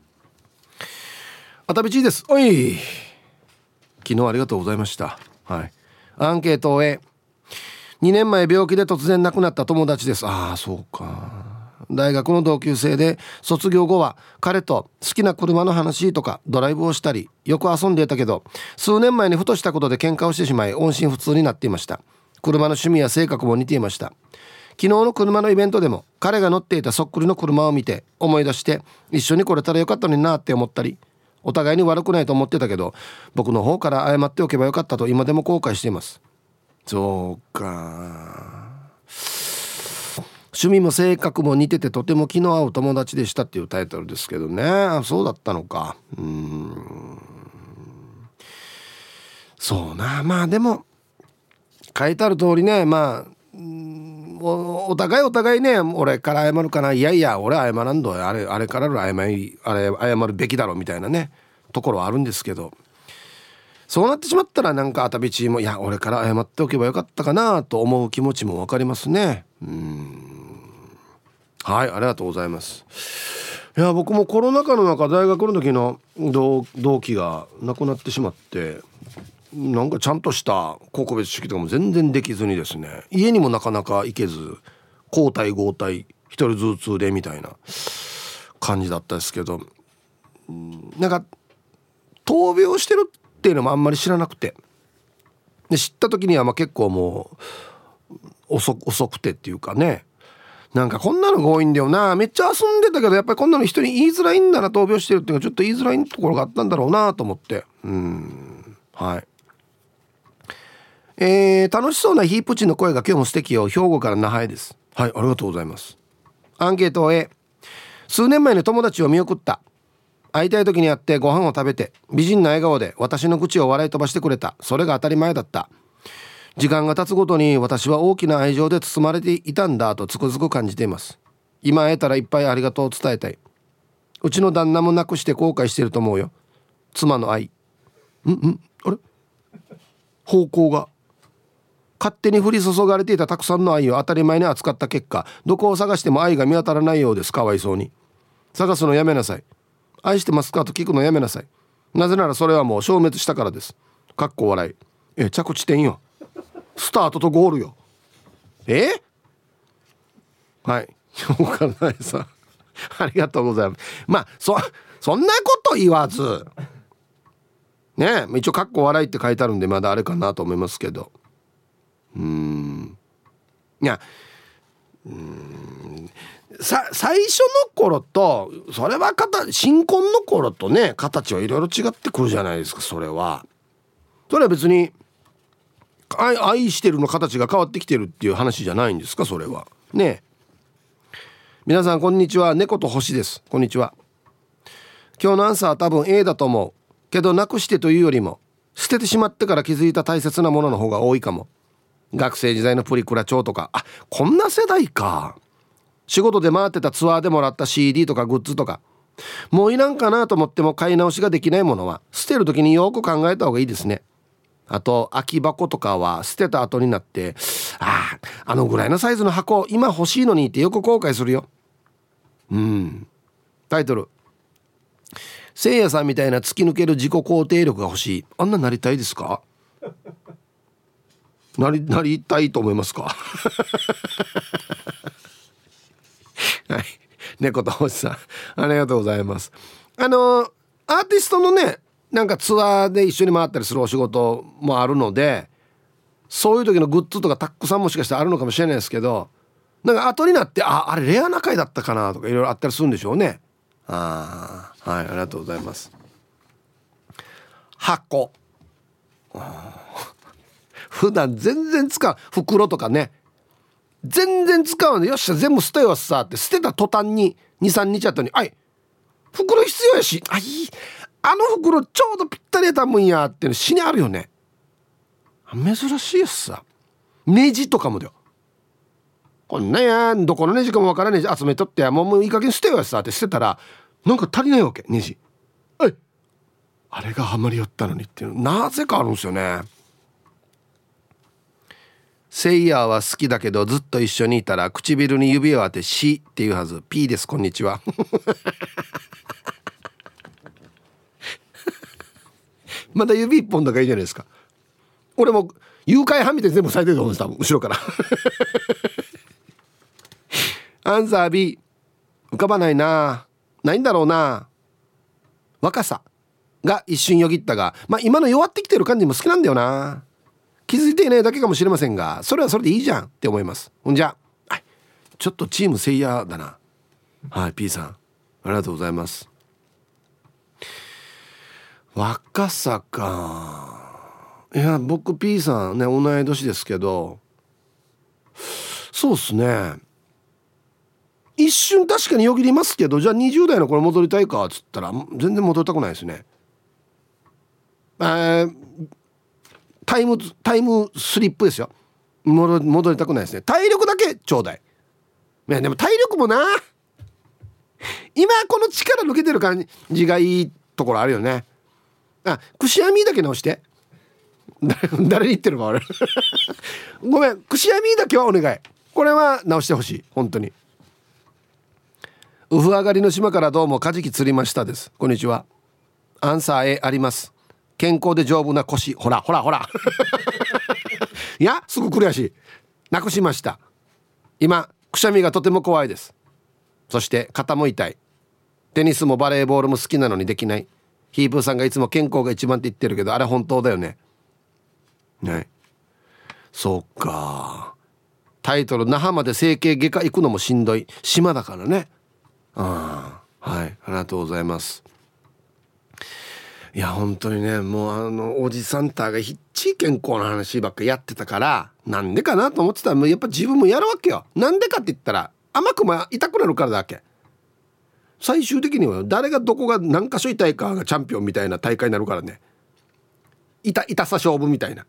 あたびちです。おい、昨日ありがとうございました。はい。アンケートを2年前病気で突然亡くなった友達です。ああ、そうか。大学の同級生で、卒業後は彼と好きな車の話とかドライブをしたりよく遊んでいたけど、数年前にふとしたことで喧嘩をしてしまい音信不通になっていました。車の趣味や性格も似ていました。昨日の車のイベントでも彼が乗っていたそっくりの車を見て思い出して、一緒に来れたらよかったのになって思ったり、お互いに悪くないと思ってたけど僕の方から謝っておけばよかったと今でも後悔しています。そうか。趣味も性格も似ててとても気の合う友達でしたっていうタイトルですけどね。そうだったのか。そうな。まあでも書いてある通りね、まあお互いね、俺から謝るかな、いやいや俺謝らんど、あれからの謝るべきだろみたいなねところはあるんですけど、そうなってしまったらなんかあたびちもいや俺から謝っておけばよかったかなと思う気持ちもわかりますね。はい、ありがとうございます。いや僕もコロナ禍の中、大学の時の同期が亡くなってしまって、なんかちゃんとした告別式とかも全然できずにですね、家にもなかなか行けず、交代交代一人ずつでみたいな感じだったですけど、なんか闘病してるっていうのもあんまり知らなくて、で知った時にはまあ結構もう遅くてっていうかね、なんかこんなのが多いんだよな。めっちゃ遊んでたけどやっぱりこんなの人に言いづらいんだな、闘病してるっていうかちょっと言いづらいところがあったんだろうなと思って、はい。楽しそうなヒープチの声が今日も素敵よ。兵庫から那覇へです。はい、ありがとうございます。アンケートを数年前に友達を見送った。会いたい時に会ってご飯を食べて美人な笑顔で私の口を笑い飛ばしてくれた。それが当たり前だった。時間が経つごとに私は大きな愛情で包まれていたんだとつくづく感じています。今会えたらいっぱいありがとうを伝えたい。うちの旦那も亡くして後悔してると思うよ。妻の愛あれ方向が勝手に降り注がれていたたくさんの愛を当たり前に扱った結果、どこを探しても愛が見当たらないようです。かわいそうに。探すのやめなさい。愛してますかと聞くのやめなさい。なぜならそれはもう消滅したからです。かっこ笑い。着地点よ。スタートとゴールよ。はい。わからないさ。ありがとうございます。まあそんなこと言わずね、一応かっこ笑いって書いてあるんでまだあれかなと思いますけど、いや最初の頃とそれは新婚の頃とね形はいろいろ違ってくるじゃないですか。それは別に愛してるの形が変わってきてるっていう話じゃないんですか、それはね。皆さんこんにちは。猫と星です。こんにちは。今日のアンサーは多分 A だと思うけど、なくしてというよりも捨ててしまってから気づいた大切なものの方が多いかも。学生時代のプリクラ帳とか、こんな世代か。仕事で回ってたツアーでもらった CD とかグッズとか、もういらんかなと思っても買い直しができないものは捨てる時によく考えた方がいいですね。あと空き箱とかは捨てた後になって、あのぐらいのサイズの箱今欲しいのにってよく後悔するよ。タイトル、 せいやさんみたいな突き抜ける自己肯定力が欲しい。あんななりたいですか？なりたいと思いますか？はい、猫と星さんありがとうございます。アーティストのねなんかツアーで一緒に回ったりするお仕事もあるので、そういう時のグッズとかたくさんもしかしたらあるのかもしれないですけど、なんか後になってあれレアな回だったかなとかいろいろあったりするんでしょうね。はい、ありがとうございます。箱普段全然使う袋とかね、全然使うのよっしゃ全部捨てようさって捨てた途端に 2,3 日後に袋必要やしあの袋ちょうどぴったりやったもんやっていうの死にあるよね。珍しいやつさ。ネジとかもだよ。こんなやどこのネジかもわからねえし集めとってやもういい加減捨てよやさって捨てたらなんか足りないわけネジ。あれがハマりよったのにっていうのなぜかあるんですよね。セイヤーは好きだけどずっと一緒にいたら唇に指を当てしっていうはず。 P ですこんにちは。まだ指一本だからいいじゃないですか。俺も誘拐犯みたいに全部されてると思うんです多分後ろから。アンサー B 浮かばないんだろうな。若さが一瞬よぎったが、今の弱ってきてる感じも好きなんだよな。気づいていないだけかもしれませんがそれはそれでいいじゃんって思います。ほんじゃちょっとチームセイヤーだな。はい P さんありがとうございます。若さか。いや僕 P さんね同い年ですけどそうっすね一瞬確かによぎりますけど、じゃあ20代の頃戻りたいかっつったら全然戻りたくないですね。タイムスリップですよ。戻りたくないですね。体力だけちょうだい。いやでも体力もな今この力抜けてる感じがいいところあるよね。くしゃみだけ直して誰に言ってるか俺ごめんくしゃみだけはお願い。これは直してほしい本当に。ウフ上がりの島からどうもカジキ釣りましたです。こんにちは。アンサー A あります。健康で丈夫な腰。ほらいやすぐ来るやしなくしました。今くしゃみがとても怖いです。そして肩も痛い。テニスもバレーボールも好きなのにできない。ヒープーさんがいつも健康が一番って言ってるけどあれ本当だよね。そうか。タイトル那覇まで整形外科行くのもしんどい島だからね。はいありがとうございます。いや本当にねもうおじさんたがひっち健康な話ばっかやってたからなんでかなと思ってたらやっぱ自分もやるわけよ。なんでかって言ったら甘くも痛くなるからだけ。最終的には誰がどこが何箇所痛いかがチャンピオンみたいな大会になるからね。痛さ勝負みたいな、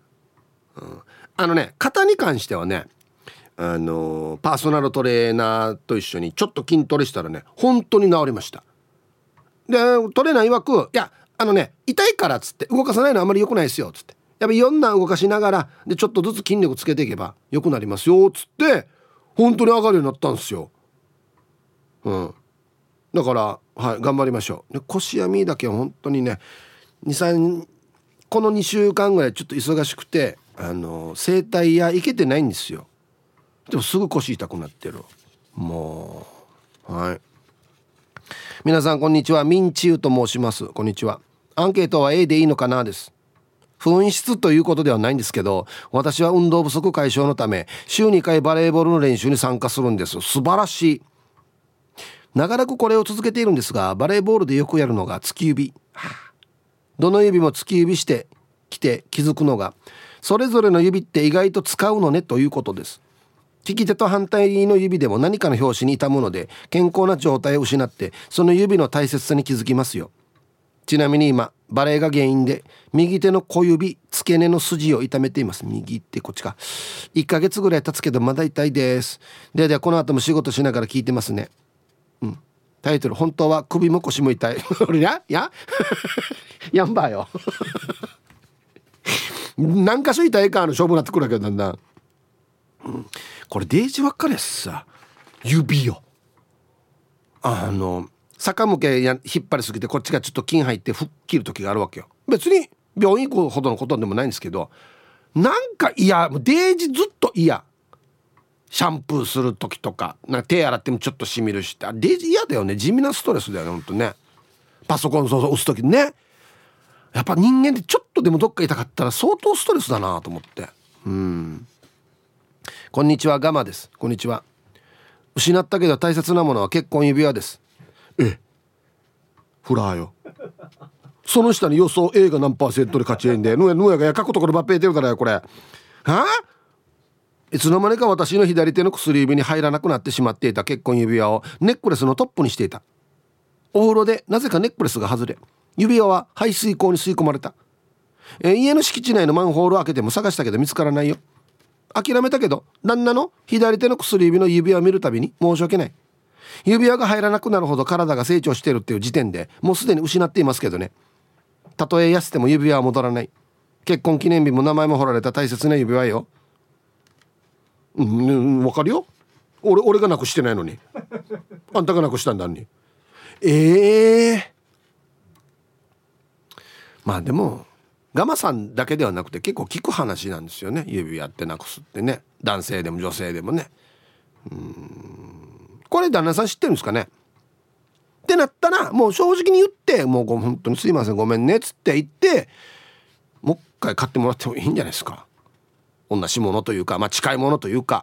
肩に関してはねパーソナルトレーナーと一緒にちょっと筋トレしたらね本当に治りました。でトレーナー曰くいや痛いからっつって動かさないのあんまり良くないですよっつってやっぱいろんな動かしながらでちょっとずつ筋力つけていけば良くなりますよっつって本当に上がるようになったんですよ。だから頑張りましょう。で腰や身だけは本当にねこの2週間ぐらいちょっと忙しくて整体屋行けてないんですよ。でもすぐ腰痛くなってるもう。皆さんこんにちは。ミンチューと申します。こんにちは。アンケートは A でいいのかなです。紛失ということではないんですけど私は運動不足解消のため週2回バレーボールの練習に参加するんです。素晴らしい。長らくこれを続けているんですがバレーボールでよくやるのが突き指。どの指も突き指してきて気づくのがそれぞれの指って意外と使うのねということです。利き手と反対の指でも何かの拍子に痛むので健康な状態を失ってその指の大切さに気づきますよ。ちなみに今バレエが原因で右手の小指付け根の筋を痛めています。右ってこっちか。1ヶ月ぐらい経つけどまだ痛いです。ではこの後も仕事しながら聞いてますね。タイトル本当は首も腰も痛い。俺ややんばよ。何箇所痛いかの勝負になってくるわけよだんだん。これデージばっかりやしさ指よ逆向けや引っ張りすぎてこっちがちょっと筋入って吹っ切る時があるわけよ。別に病院行くほどのことでもないんですけど、なんか嫌、もうデージずっと嫌。シャンプーする時とか、なんか手洗ってもちょっとしみるし、デージ嫌だよね。地味なストレスだよね、ほんとね。パソコン押す時ね、やっぱ人間ってちょっとでもどっか痛かったら相当ストレスだなと思って。こんにちは、ガマです。こんにちは。失ったけど大切なものは結婚指輪です。フラーよ。その下に予想 A が何%で勝ちえんで、ぬやがや書くところばっぺいてるからよこれ。はあ、いつの間にか私の左手の薬指に入らなくなってしまっていた結婚指輪をネックレスのトップにしていた。お風呂でなぜかネックレスが外れ、指輪は排水溝に吸い込まれた。家の敷地内のマンホールを開けても探したけど見つからないよ。諦めたけど旦那の左手の薬指の指輪を見るたびに申し訳ない。指輪が入らなくなるほど体が成長しているっていう時点でもうすでに失っていますけどね。たとえ痩せても指輪は戻らない。結婚記念日も名前も彫られた大切な指輪よ。わかるよ。俺がなくしてないのにあんたがなくしたんだに。まあでもガマさんだけではなくて結構聞く話なんですよね。指輪ってなくすってね、男性でも女性でもね。これ旦那さん知ってるんですかねってなったら、もう正直に言って、もう本当にすいませんごめんねっつって言って、もう一回買ってもらってもいいんじゃないですか。同じものというか、まあ近いものというか、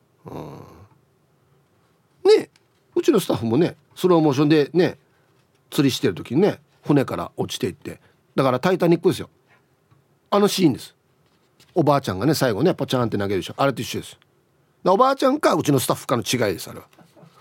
ね、うちのスタッフもねスローモーションでね釣りしてる時にね船から落ちていって、だからタイタニックですよ、あのシーンです。おばあちゃんがね最後ねポチャンって投げるでしょ、あれと一緒です。おばあちゃんかうちのスタッフかの違いです、あれは。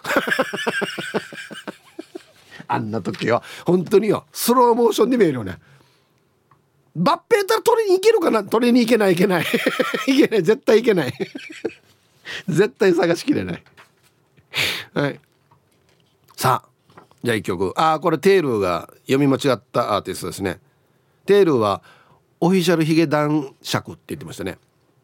あんな時は本当によスローモーションで見えるよね。バッペータら取りに行けるかな、取りに行けないいけない絶対行けない絶対探しきれない。はい、さあじゃあ一曲、これテールが読み間違ったアーティストですね。テールはオフィシャルヒゲ男爵って言ってましたね。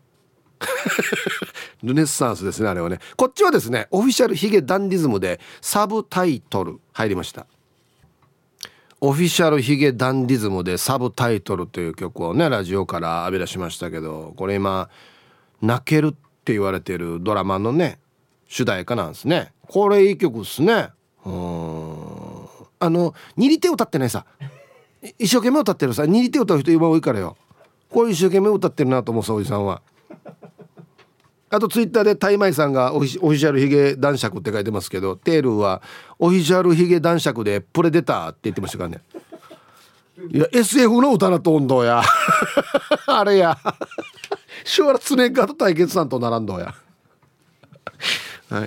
ルネッサンスですねあれはね。こっちはですねオフィシャルヒゲダンディズムでサブタイトル入りました。オフィシャルヒゲダンディズムでサブタイトルという曲をねラジオから浴び出しましたけど、これ今泣けるって言われてるドラマのね主題歌なんですね。これいい曲ですね。握り手歌ってないさ、一生懸命歌ってるさ、握り手歌う人今多いからよ。これ一生懸命歌ってるなと思うさおじさんは。あとツイッターでタイマイさんがオフィシャルヒゲ男爵って書いてますけど、テールはオフィシャルヒゲ男爵でプレデターって言ってましたからね。いや SF の歌なと温度やあれやシュワルツェネッガーと対決さんと並んどやはい、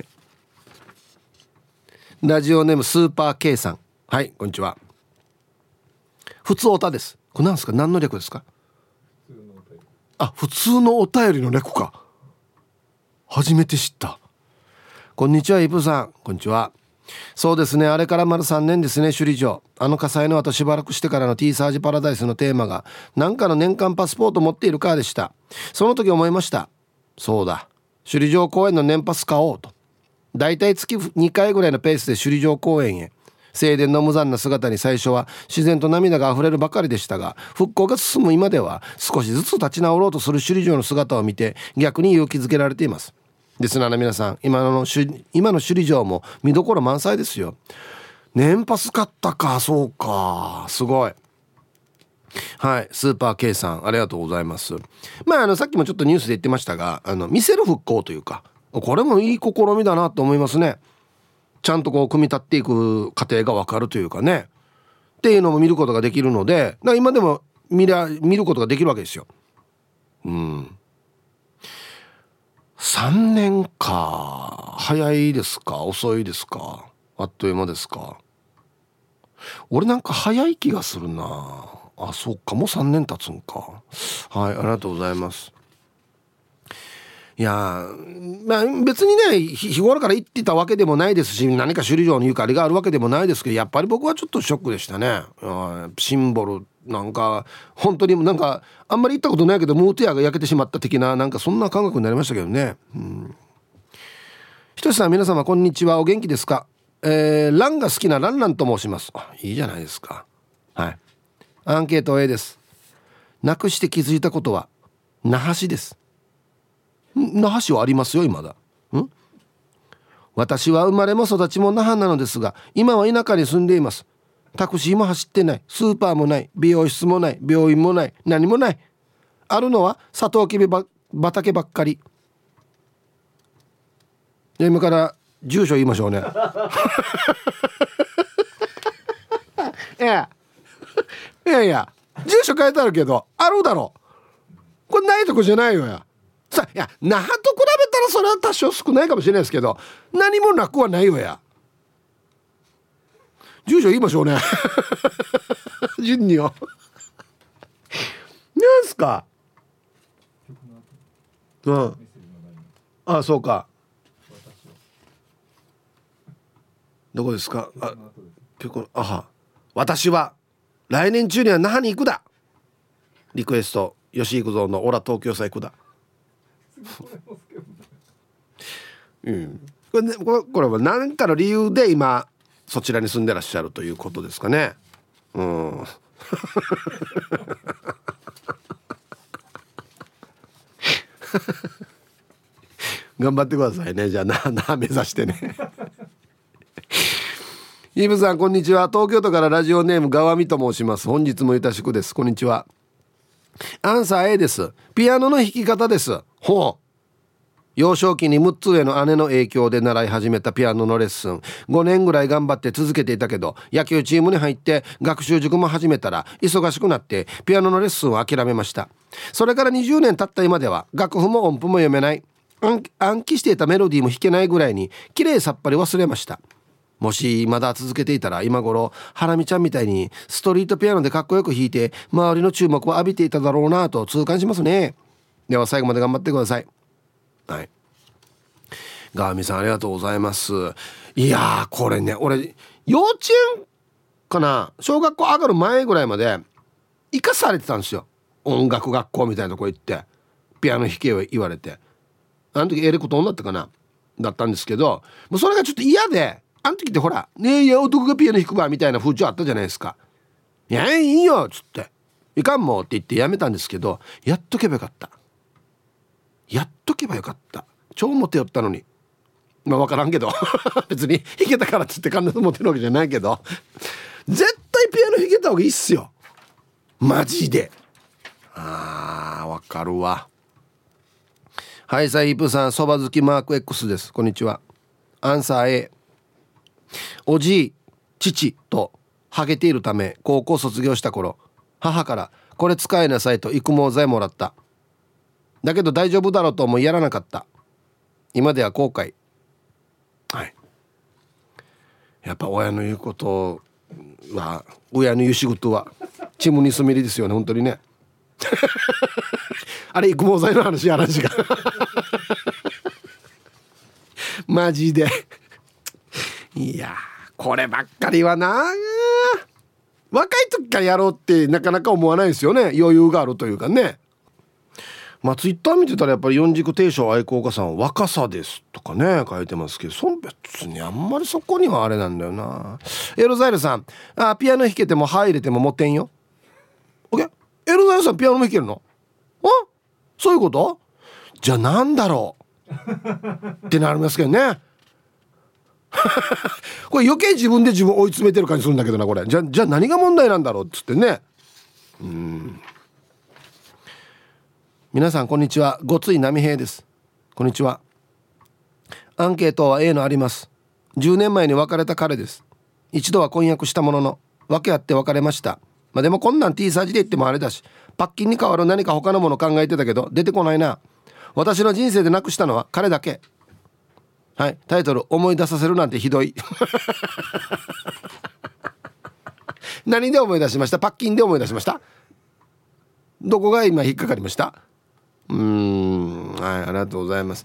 ラジオネームスーパー K さん、はいこんにちは。普通おたです。これなんですか、何の略ですか。普通のお便りの略か、初めて知った。こんにちはイブさん、こんにちは。そうですね、あれから丸3年ですね。首里城火災の後しばらくしてからの T サージパラダイスのテーマがなんかの年間パスポート持っているかでした。その時思いました、そうだ首里城公園の年パス買おうと。だいたい月2回ぐらいのペースで首里城公園へ。正殿の無残な姿に最初は自然と涙があふれるばかりでしたが、復興が進む今では少しずつ立ち直ろうとする首里城の姿を見て逆に勇気づけられています。リスナーの皆さん、今の首里城も見どころ満載ですよ。年パス買ったか、そうか、すごい。はい、スーパー K さんありがとうございます。さっきもちょっとニュースで言ってましたが、見せる復興というか、これもいい試みだなと思いますね。ちゃんとこう組み立っていく過程が分かるというかね、っていうのも見ることができるので、今でも見ることができるわけですよ。3年か、早いですか遅いですか、あっという間ですか。俺なんか早い気がするな。そっか、もう3年経つんか。はい、ありがとうございます。いや別にね日頃から言ってたわけでもないですし、何か首里城のゆかりがあるわけでもないですけど、やっぱり僕はちょっとショックでしたね。シンボルなんか本当になんかあんまり行ったことないけどムーティアが焼けてしまった的な、なんかそんな感覚になりましたけどね。ひとしさん、皆様こんにちは、お元気ですか。 ランが好きなランランと申します。いいじゃないですか。はい。アンケート A です。なくして気づいたことは那覇市です。那覇市はありますよ今だ。私は生まれも育ちも那覇なのですが、今は田舎に住んでいます。タクシーも走ってない、スーパーもない、美容室もない、病院もない、何もない。あるのはサトウキビ畑ばっかり。今から住所言いましょうね。いや住所書いてあるけどあるだろ。これないとこじゃないよや。さいや那覇と比べたらそれは多少少ないかもしれないですけど、何もなくはないよや。住所言いましょうね。順によ。なんすか。あ、そうか。どこですか。結構私は来年中には那覇に行くだ。リクエスト吉幾三のオラ東京さ行くだ。これは何かの理由で今そちらに住んでらっしゃるということですかね。頑張ってくださいね。じゃあ那目指してね。イブさんこんにちは。東京都からラジオネームがわみと申します。本日もよろしくです。こんにちは。アンサー A です。ピアノの弾き方です。幼少期に6つ上の姉の影響で習い始めたピアノのレッスン、5年ぐらい頑張って続けていたけど、野球チームに入って学習塾も始めたら忙しくなってピアノのレッスンを諦めました。それから20年経った今では楽譜も音符も読めない、暗記していたメロディーも弾けないぐらいに綺麗さっぱり忘れました。もしまだ続けていたら今頃ハラミちゃんみたいにストリートピアノでかっこよく弾いて周りの注目を浴びていただろうなと痛感しますね。では最後まで頑張ってください。はい。ガーミさんありがとうございます。いやーこれね、俺幼稚園かな、小学校上がる前ぐらいまで生かされてたんですよ。音楽学校みたいなとこ行ってピアノ弾けよ言われて、あの時エレコトンだったかなだったんですけど、もうそれがちょっと嫌で、あの時ってほらねえ、いや男がピアノ弾くばみたいな風潮あったじゃないですか。いやいいよっつっていかんもんって言ってやめたんですけど、やっとけばよかった、やっとけばよかった。超モテよったのに。まあ分からんけど別に弾けたからっつって必ずモテるわけじゃないけど、絶対ピアノ弾けた方がいいっすよマジで。分かるわ。はい、サイープさん、そば好きマーク X です。こんにちは。アンサー A。 おじい父とハゲているため高校卒業した頃、母からこれ使いなさいと育毛剤もらった。だけど大丈夫だろうと思いやらなかった。今では後悔。はい。やっぱ親の言うことは、親の言う仕事はチムにすみりですよね本当にね。あれ育毛剤の話がマジで。いやこればっかりはな、若い時からやろうってなかなか思わないですよね。余裕があるというかね。まあツイッター見てたらやっぱり四軸定称愛好家さん若さですとかね書いてますけど、別にあんまりそこにはあれなんだよな。エロザイルさん、ピアノ弾けても入れてもモテんよ。オッケー。エロザイルさんピアノも弾けるの？そういうこと？じゃあなんだろうってなりますけどね。これ余計自分で自分追い詰めてる感じするんだけどなこれ。じゃあ何が問題なんだろうっつってね。皆さんこんにちは。ごつい波平です。こんにちは。アンケートは A のあります。10年前に別れた彼です。一度は婚約したものの訳あって別れました。でもこんなん T サージで言ってもあれだし、パッキンに代わる何か他のもの考えてたけど出てこないな。私の人生でなくしたのは彼だけ。はい、タイトル思い出させるなんてひどい。何で思い出しました？パッキンで思い出しました？どこが今引っかかりました？はい、ありがとうございます。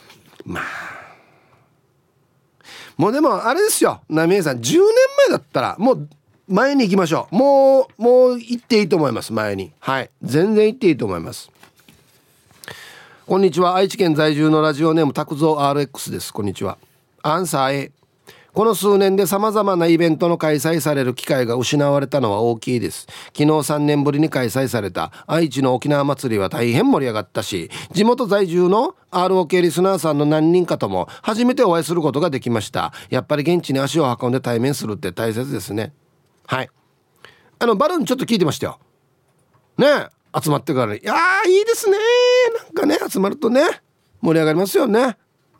もうでもあれですよ、ナミエさん10年前だったらもう前に行きましょう。もう行っていいと思います。前に、はい、全然行っていいと思います。こんにちは。愛知県在住のラジオネーム拓蔵 RX です。こんにちは。アンサー A。 この数年で様々なイベントの開催される機会が失われたのは大きいです。昨日3年ぶりに開催された愛知の沖縄祭りは大変盛り上がったし、地元在住の ROK リスナーさんの何人かとも初めてお会いすることができました。やっぱり現地に足を運んで対面するって大切ですね。はい、バルーンちょっと聞いてましたよね。集まってから、いやーいいですね。なんかね、集まるとね盛り上がりますよね。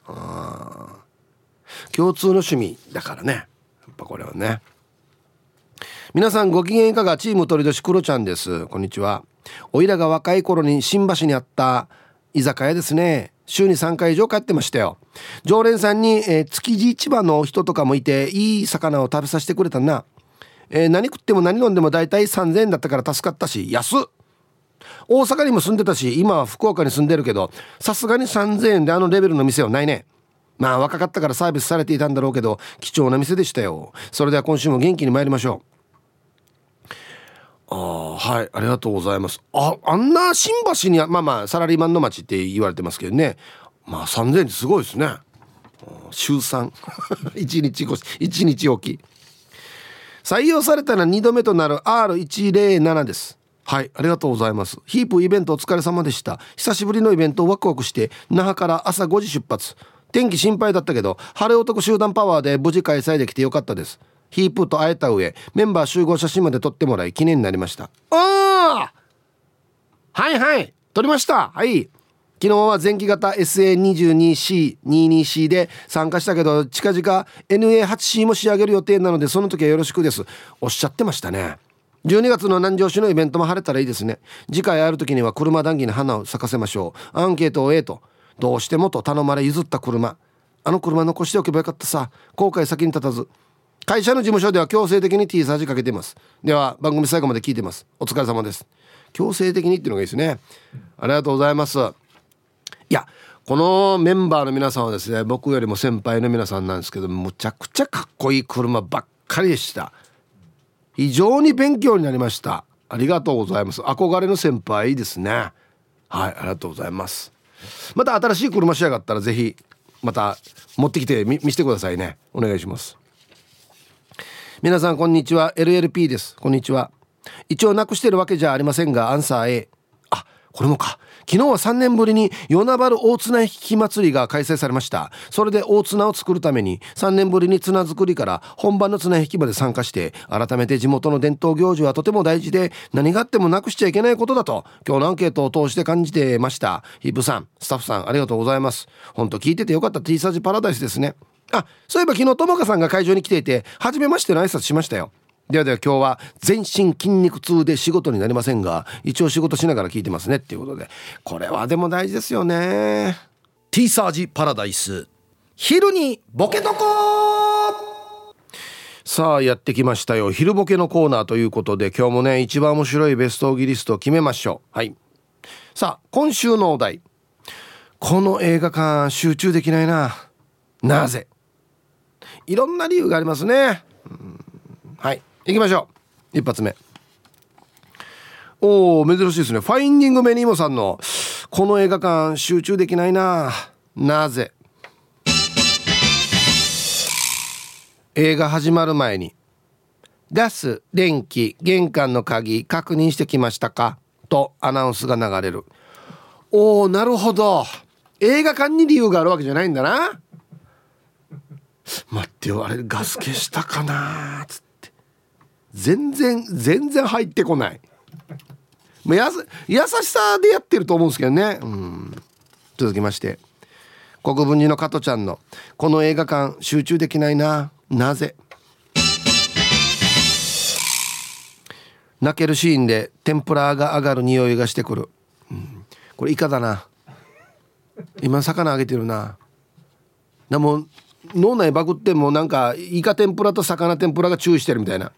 共通の趣味だからね、やっぱこれはね。皆さんご機嫌いかが。チーム鳥年クロちゃんです。こんにちは。おいらが若い頃に新橋にあった居酒屋ですね。週に3回以上帰ってましたよ。常連さんに、築地市場の人とかもいて、いい魚を食べさせてくれたな。何食っても何飲んでもだいたい3000円だったから助かったし、安っ。大阪にも住んでたし、今は福岡に住んでるけど、さすがに3000円であのレベルの店はないね。まあ若かったからサービスされていたんだろうけど、貴重な店でしたよ。それでは今週も元気に参りましょう。はい、ありがとうございます。あんな新橋にまあサラリーマンの街って言われてますけどね。まあ3000円ってすごいですね。週3 1日越し1日おき。採用されたら2度目となる R107 です。はい、ありがとうございます。ヒープイベントお疲れ様でした。久しぶりのイベントをワクワクして、那覇から朝5時出発。天気心配だったけど晴れ男集団パワーで無事開催できてよかったです。ヒープと会えた上、メンバー集合写真まで撮ってもらい記念になりました。はいはい、撮りました。はい、昨日は前期型 SA22C22C で参加したけど、近々 NA8C も仕上げる予定なので、その時はよろしくです。おっしゃってましたね。12月の南城市のイベントも晴れたらいいですね。次回会える時には車談義に花を咲かせましょう。アンケートをとどうしてもと頼まれ譲った車、あの車残しておけばよかったさ。後悔先に立たず。会社の事務所では強制的に T サージかけています。では番組最後まで聞いてます。お疲れ様です。強制的にっていうのがいいですね。ありがとうございます。いや、このメンバーの皆さんはですね、僕よりも先輩の皆さんなんですけど、むちゃくちゃかっこいい車ばっかりでした。非常に勉強になりました。ありがとうございます。憧れの先輩ですね。はい、ありがとうございます。また新しい車仕上がったらぜひまた持ってきて見せてくださいね。お願いします。皆さんこんにちは。 LLP です。こんにちは。一応なくしてるわけじゃありませんが、アンサー A。 これもか。昨日は3年ぶりに与那原大綱引き祭りが開催されました。それで大綱を作るために3年ぶりに綱作りから本番の綱引きまで参加して、改めて地元の伝統行事はとても大事で、何があってもなくしちゃいけないことだと今日のアンケートを通して感じてました。ヒップさん、スタッフさん、ありがとうございます。本当聞いててよかった。 T サージパラダイスですね。そういえば昨日ともかさんが会場に来ていて、初めましての挨拶しましたよ。では今日は全身筋肉痛で仕事になりませんが、一応仕事しながら聞いてますねっていうことで、これはでも大事ですよね。 T サージパラダイス、昼にボケとこ。 さあやってきましたよ、昼ボケのコーナーということで、今日もね一番面白いベストオギリストを決めましょう。はい、さあ今週のお題、この映画館集中できないな、なぜ。いろんな理由がありますね。はい、行きましょう。一発目、珍しいですね。ファインディングメニーモさんのこの映画館集中できないな、なぜ。映画始まる前にガス、電気、玄関の鍵確認してきましたかとアナウンスが流れる。なるほど、映画館に理由があるわけじゃないんだな。待ってよ、あれガス消したかなつって、全然入ってこない。優しさでやってると思うんですけどね。続きまして、国分寺の加トちゃんのこの映画館集中できないな、なぜ。泣けるシーンで天ぷらが上がる匂いがしてくる。これイカだな。今魚あげてるな。でも脳内バグってもなんかイカ天ぷらと魚天ぷらが注意してるみたいな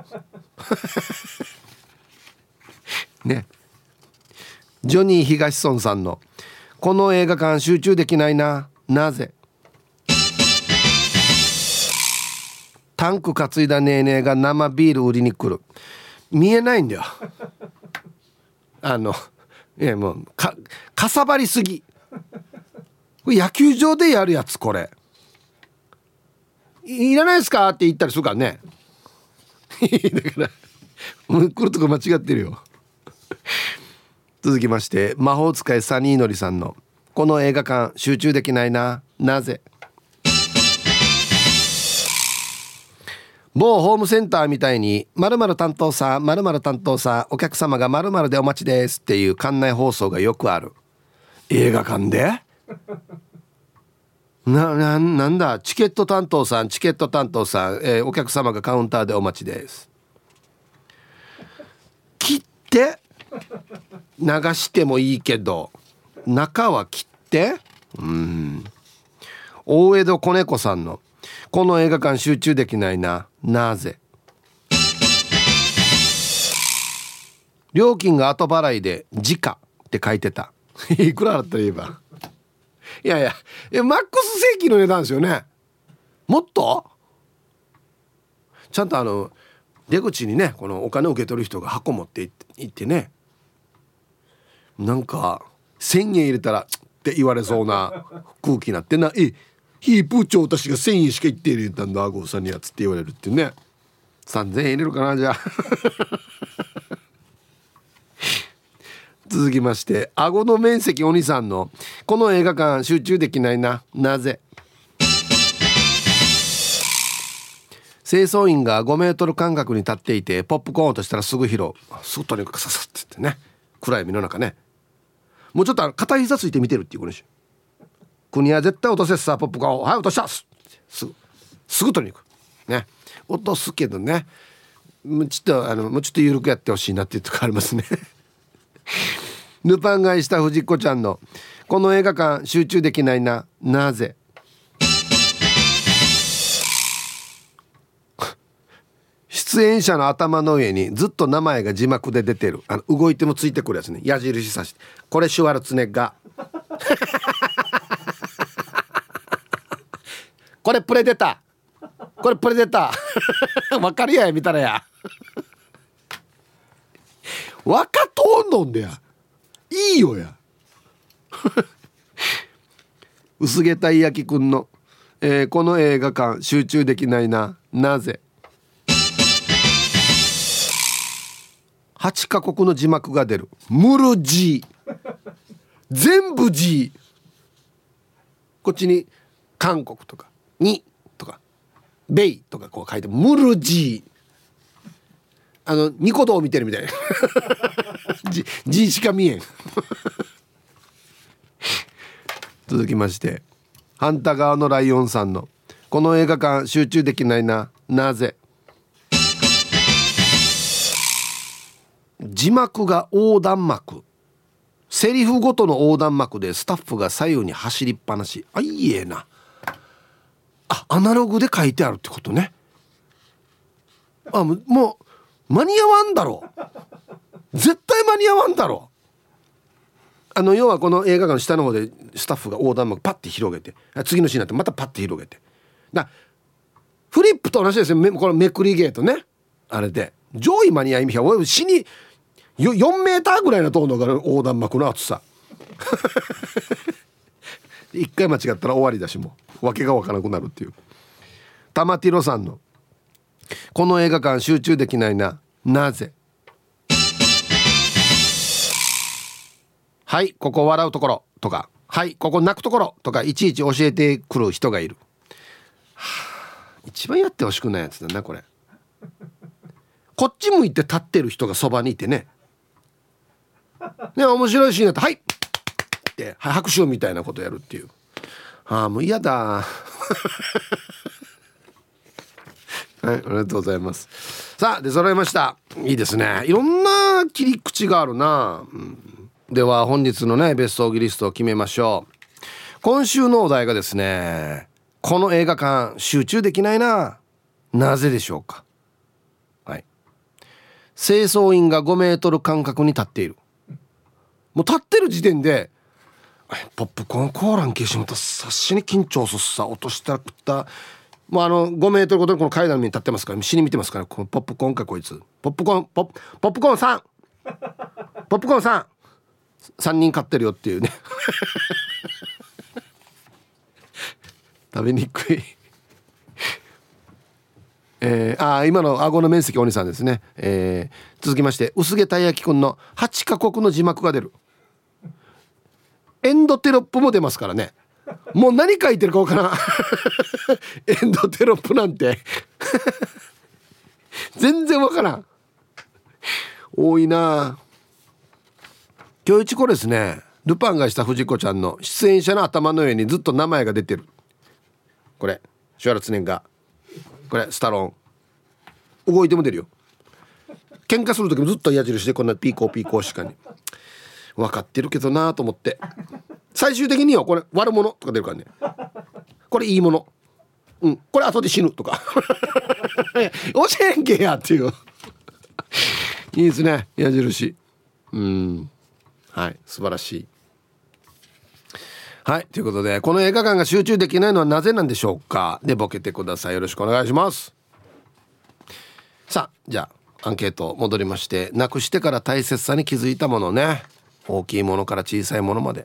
ね。ジョニー東村さんのこの映画館集中できないな、なぜ。タンク担いだネーネーが生ビール売りに来る。見えないんだよ。いやもうかさばりすぎ。これ野球場でやるやつ、これいらないですかって言ったりするからねだからもう来るとこ間違ってるよ続きまして、魔法使いサニーのりさんのこの映画館集中できないな、なぜ。某ホームセンターみたいに〇〇担当さん〇〇担当さんお客様が〇〇でお待ちですっていう館内放送がよくある。映画館でなんだ、チケット担当さんチケット担当さん、お客様がカウンターでお待ちです。切って流してもいいけど中は切って。大江戸子猫さんのこの映画館集中できないな、なぜ。料金が後払いで時価って書いてたいくらだったら言えばいやマックス正規の値段ですよね。もっとちゃんと出口にねこのお金を受け取る人が箱持って行ってね、なんか1000円入れたらって言われそうな空気になってな、ヒープー長私が1000円しか言って入れたんだアゴさんにやつって言われるっていうね。3000円入れるかなじゃあ続きまして、顎の面積お兄さんのこの映画館集中できないな、なぜ。清掃員が5メートル間隔に立っていてポップコーンとしたらすぐ拾う。すぐとにかくささって言ってね、暗闇の中ね、もうちょっと片膝ついて見てるっていうことでしょ。国は絶対落とせさポップコーン、はい落としたすぐ取りに行くね。落とすけどね、もうちょっと緩くやってほしいなっていうとこありますねルパン買いした藤子ちゃんのこの映画館集中できないな、なぜ。出演者の頭の上にずっと名前が字幕で出てる、動いてもついてくるやつね、矢印さして、これシュワルツェネッガーこれプレデター、これプレデターわかるや見たらやわかとんのんでやいいよや薄毛たい焼きくんの、この映画館集中できないな、なぜ。8カ国の字幕が出るムルジー、全部 G、 こっちに韓国とかにとかベイとかこう書いてムルジー、ニコ動見てるみたいなG しか見えん続きまして、反対側のライオンさんのこの映画館集中できないな、なぜ。字幕が横断幕、セリフごとの横断幕でスタッフが左右に走りっぱなし。いいえな、アナログで書いてあるってことね。もう間に合わんだろう、絶対間に合わんだろう。要はこの映画館の下の方でスタッフが横断幕パッて広げて、次のシーンになってまたパッて広げて、フリップと同じですよ、このめくりゲートね、あれで上位間に合いみたいな、死に4メーターぐらいのところの横断幕の厚さ一回間違ったら終わりだし、もう訳が分からなくなるっていう。玉ティロさんのこの映画館集中できないな、なぜ。はいここ笑うところとか、はいここ泣くところとかいちいち教えてくる人がいる、一番やってほしくないやつだなこれ。こっち向いて立ってる人がそばにいてね、面白いシーンだとはいって拍手みたいなことやるっていう、もう嫌だはいありがとうございます。さあ出揃いました。いいですね、いろんな切り口があるな、では本日のねベストオギリストを決めましょう。今週のお題がですね、この映画館集中できないな、なぜでしょうか。はい、清掃員が5メートル間隔に立っている。もう立ってる時点でポップコーンコーラン消しまた察しに緊張すっさ落としたら食った、もう5メートルごとにこの階段に立ってますから死に見てますから、このポップコーンかこいつポップコーンポップコーンさんポップコーンさん3人買ってるよっていうね食べにくい今の顎の面積お兄さんですね。続きまして薄毛たい焼きくんの8カ国の字幕が出る。エンドテロップも出ますからね。もう何書いてるかわからんエンドテロップなんて全然わからん。多いな。今日一個ですね、ルパンがした藤子ちゃんの出演者の頭の上にずっと名前が出てる。これシュワルツェネッガー、これスタローン、動いても出るよ。喧嘩する時もずっと矢印でこんなピーコーピーコーしかに分かってるけどなと思って、最終的にはこれ悪者とか出るからね、これいいもの、これ後で死ぬとか教えんけやっていういいですね、矢印。はい、素晴らしい。はい、ということでこの映画館が集中できないのはなぜなんでしょうか。でボケてください。よろしくお願いします。さあじゃあアンケート戻りまして、なくしてから大切さに気づいたものね。大きいものから小さいものまで。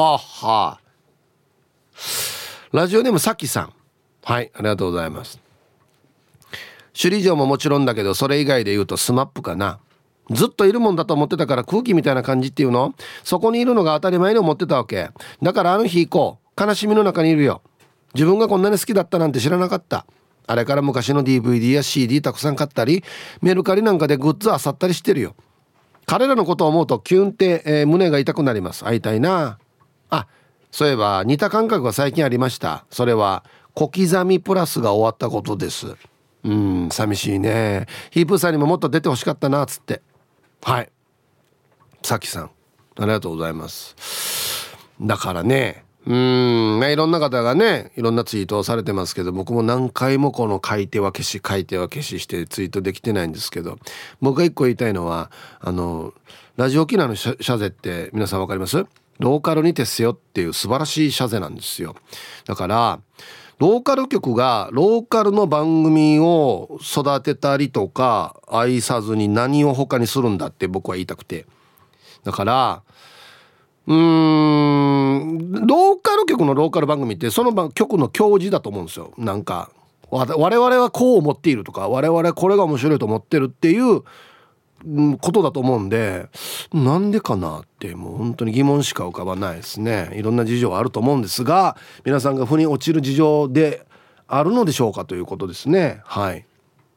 ラジオネームさきさん、はい、ありがとうございます。首里城ももちろんだけど、それ以外で言うとスマップかな。ずっといるもんだと思ってたから、空気みたいな感じっていうの、そこにいるのが当たり前に思ってたわけだから、あの日以降悲しみの中にいるよ。自分がこんなに好きだったなんて知らなかった。あれから昔の DVD や CD たくさん買ったり、メルカリなんかでグッズ漁ったりしてるよ。彼らのことを思うとキュンって、胸が痛くなります。会いたいな。そういえば似た感覚が最近ありました。それは小刻みプラスが終わったことです。寂しいね。ヒープーさんにももっと出てほしかったなつって。はい、さきさんありがとうございます。だからね、いろんな方がねいろんなツイートをされてますけど、僕も何回もこの書いては消し書いては消ししてツイートできてないんですけど、僕が一個言いたいのはラジオ沖縄のシャゼって皆さんわかります？ローカルに徹せよっていう素晴らしいシャゼなんですよ。だからローカル局がローカルの番組を育てたりとか愛さずに何を他にするんだって僕は言いたくて、だからローカル局のローカル番組ってその局の教示だと思うんですよ。なんか我々はこう思っているとか、我々はこれが面白いと思ってるっていうことだと思うんで、なんでかなってもう本当に疑問しか浮かばないですね。いろんな事情あると思うんですが、皆さんが腑に落ちる事情であるのでしょうかということですね。はい、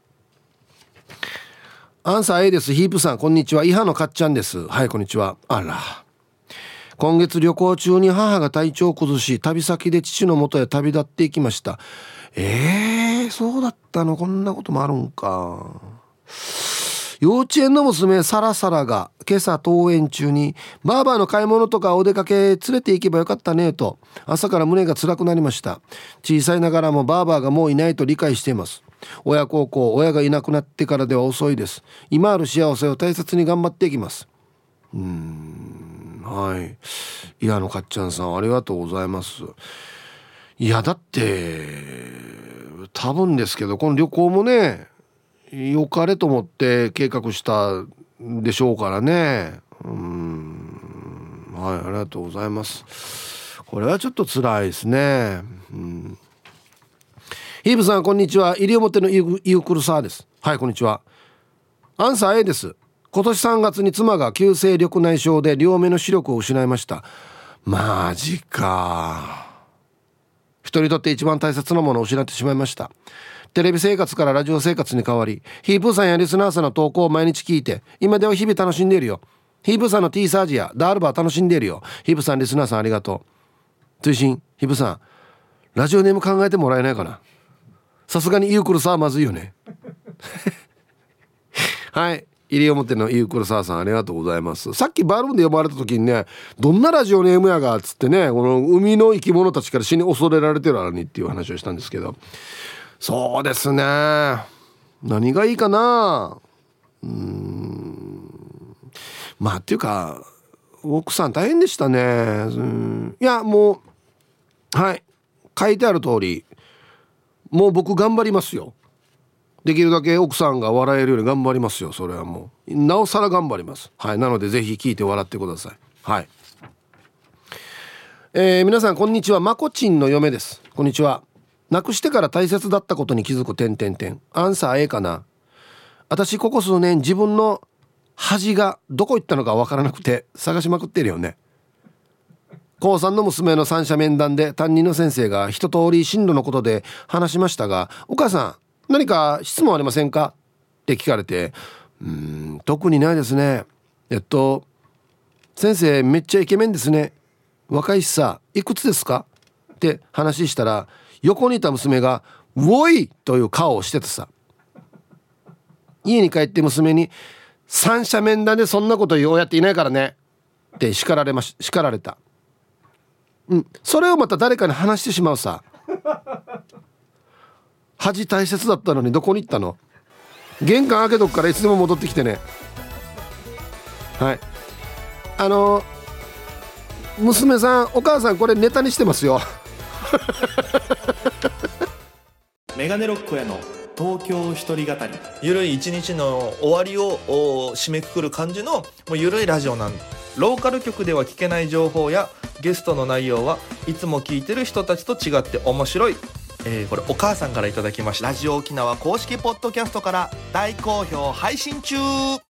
アンサー A です。ヒープさんこんにちは、イハのかっちゃんです。はい、こんにちは。今月旅行中に母が体調を崩し、旅先で父の元へ旅立っていきました。そうだったの。こんなこともあるんか。幼稚園の娘サラサラが今朝登園中にバーバーの買い物とかお出かけ連れて行けばよかったねと朝から胸が辛くなりました。小さいながらもバーバーがもういないと理解しています。親孝行、親がいなくなってからでは遅いです。今ある幸せを大切に頑張っていきます。はい、いやかっちゃんさんありがとうございます。いやだって多分ですけどこの旅行もね良かれと思って計画したでしょうからね。はい、ありがとうございます。これはちょっと辛いですね。ヒーブさんこんにちは、西表のイウクルサーです。はい、こんにちは。アンサー A です。今年3月に妻が急性緑内障で両目の視力を失いました。マジか。人にとって一番大切なものを失ってしまいました。テレビ生活からラジオ生活に変わり、ヒープーさんやリスナーさんの投稿を毎日聞いて今では日々楽しんでいるよ。ヒープーさんの T サージやダールバー楽しんでいるよ。ヒープーさんリスナーさんありがとう。追伸ヒープーさんラジオネーム考えてもらえないかな。さすがにイウクルサーまずいよねはい、西表のイウクルサーさんありがとうございます。さっきバルーンで呼ばれた時にね、どんなラジオネームやがっつってね、この海の生き物たちから死に恐れられてるあらにっていう話をしたんですけど、そうですね、何がいいかな。まあっていうか奥さん大変でしたね。いやもうはい書いてある通りもう僕頑張りますよ。できるだけ奥さんが笑えるように頑張りますよ。それはもうなおさら頑張ります。はい、なのでぜひ聞いて笑ってください。はい、皆さんこんにちは、まこちんの嫁です。こんにちは。 なくしてから大切だったことに気づく。アンサー A かな。私ここ数年自分の恥がどこ行ったのかわからなくて探しまくってるよね。高3の娘の三者面談で担任の先生が一通り進路のことで話しましたが、お母さん何か質問ありませんかって聞かれて、特にないですね。先生めっちゃイケメンですね。若いしさ、いくつですかって話したら、横にいた娘がウォイという顔をしててさ、家に帰って娘に、三者面談でそんなこと言う親っていないからねって叱られた。それをまた誰かに話してしまうさ。恥大切だったのにどこに行ったの。玄関開けとくからいつでも戻ってきてね。はい、娘さん、お母さんこれネタにしてますよ。 メガネロックへの東京一人語り。 ゆるい一日の終わりを締めくくる感じのもうゆるいラジオなんで、ローカル局では聞けない情報やゲストの内容はいつも聞いてる人たちと違って面白い。これお母さんからいただきました。ラジオ沖縄公式ポッドキャストから大好評配信中。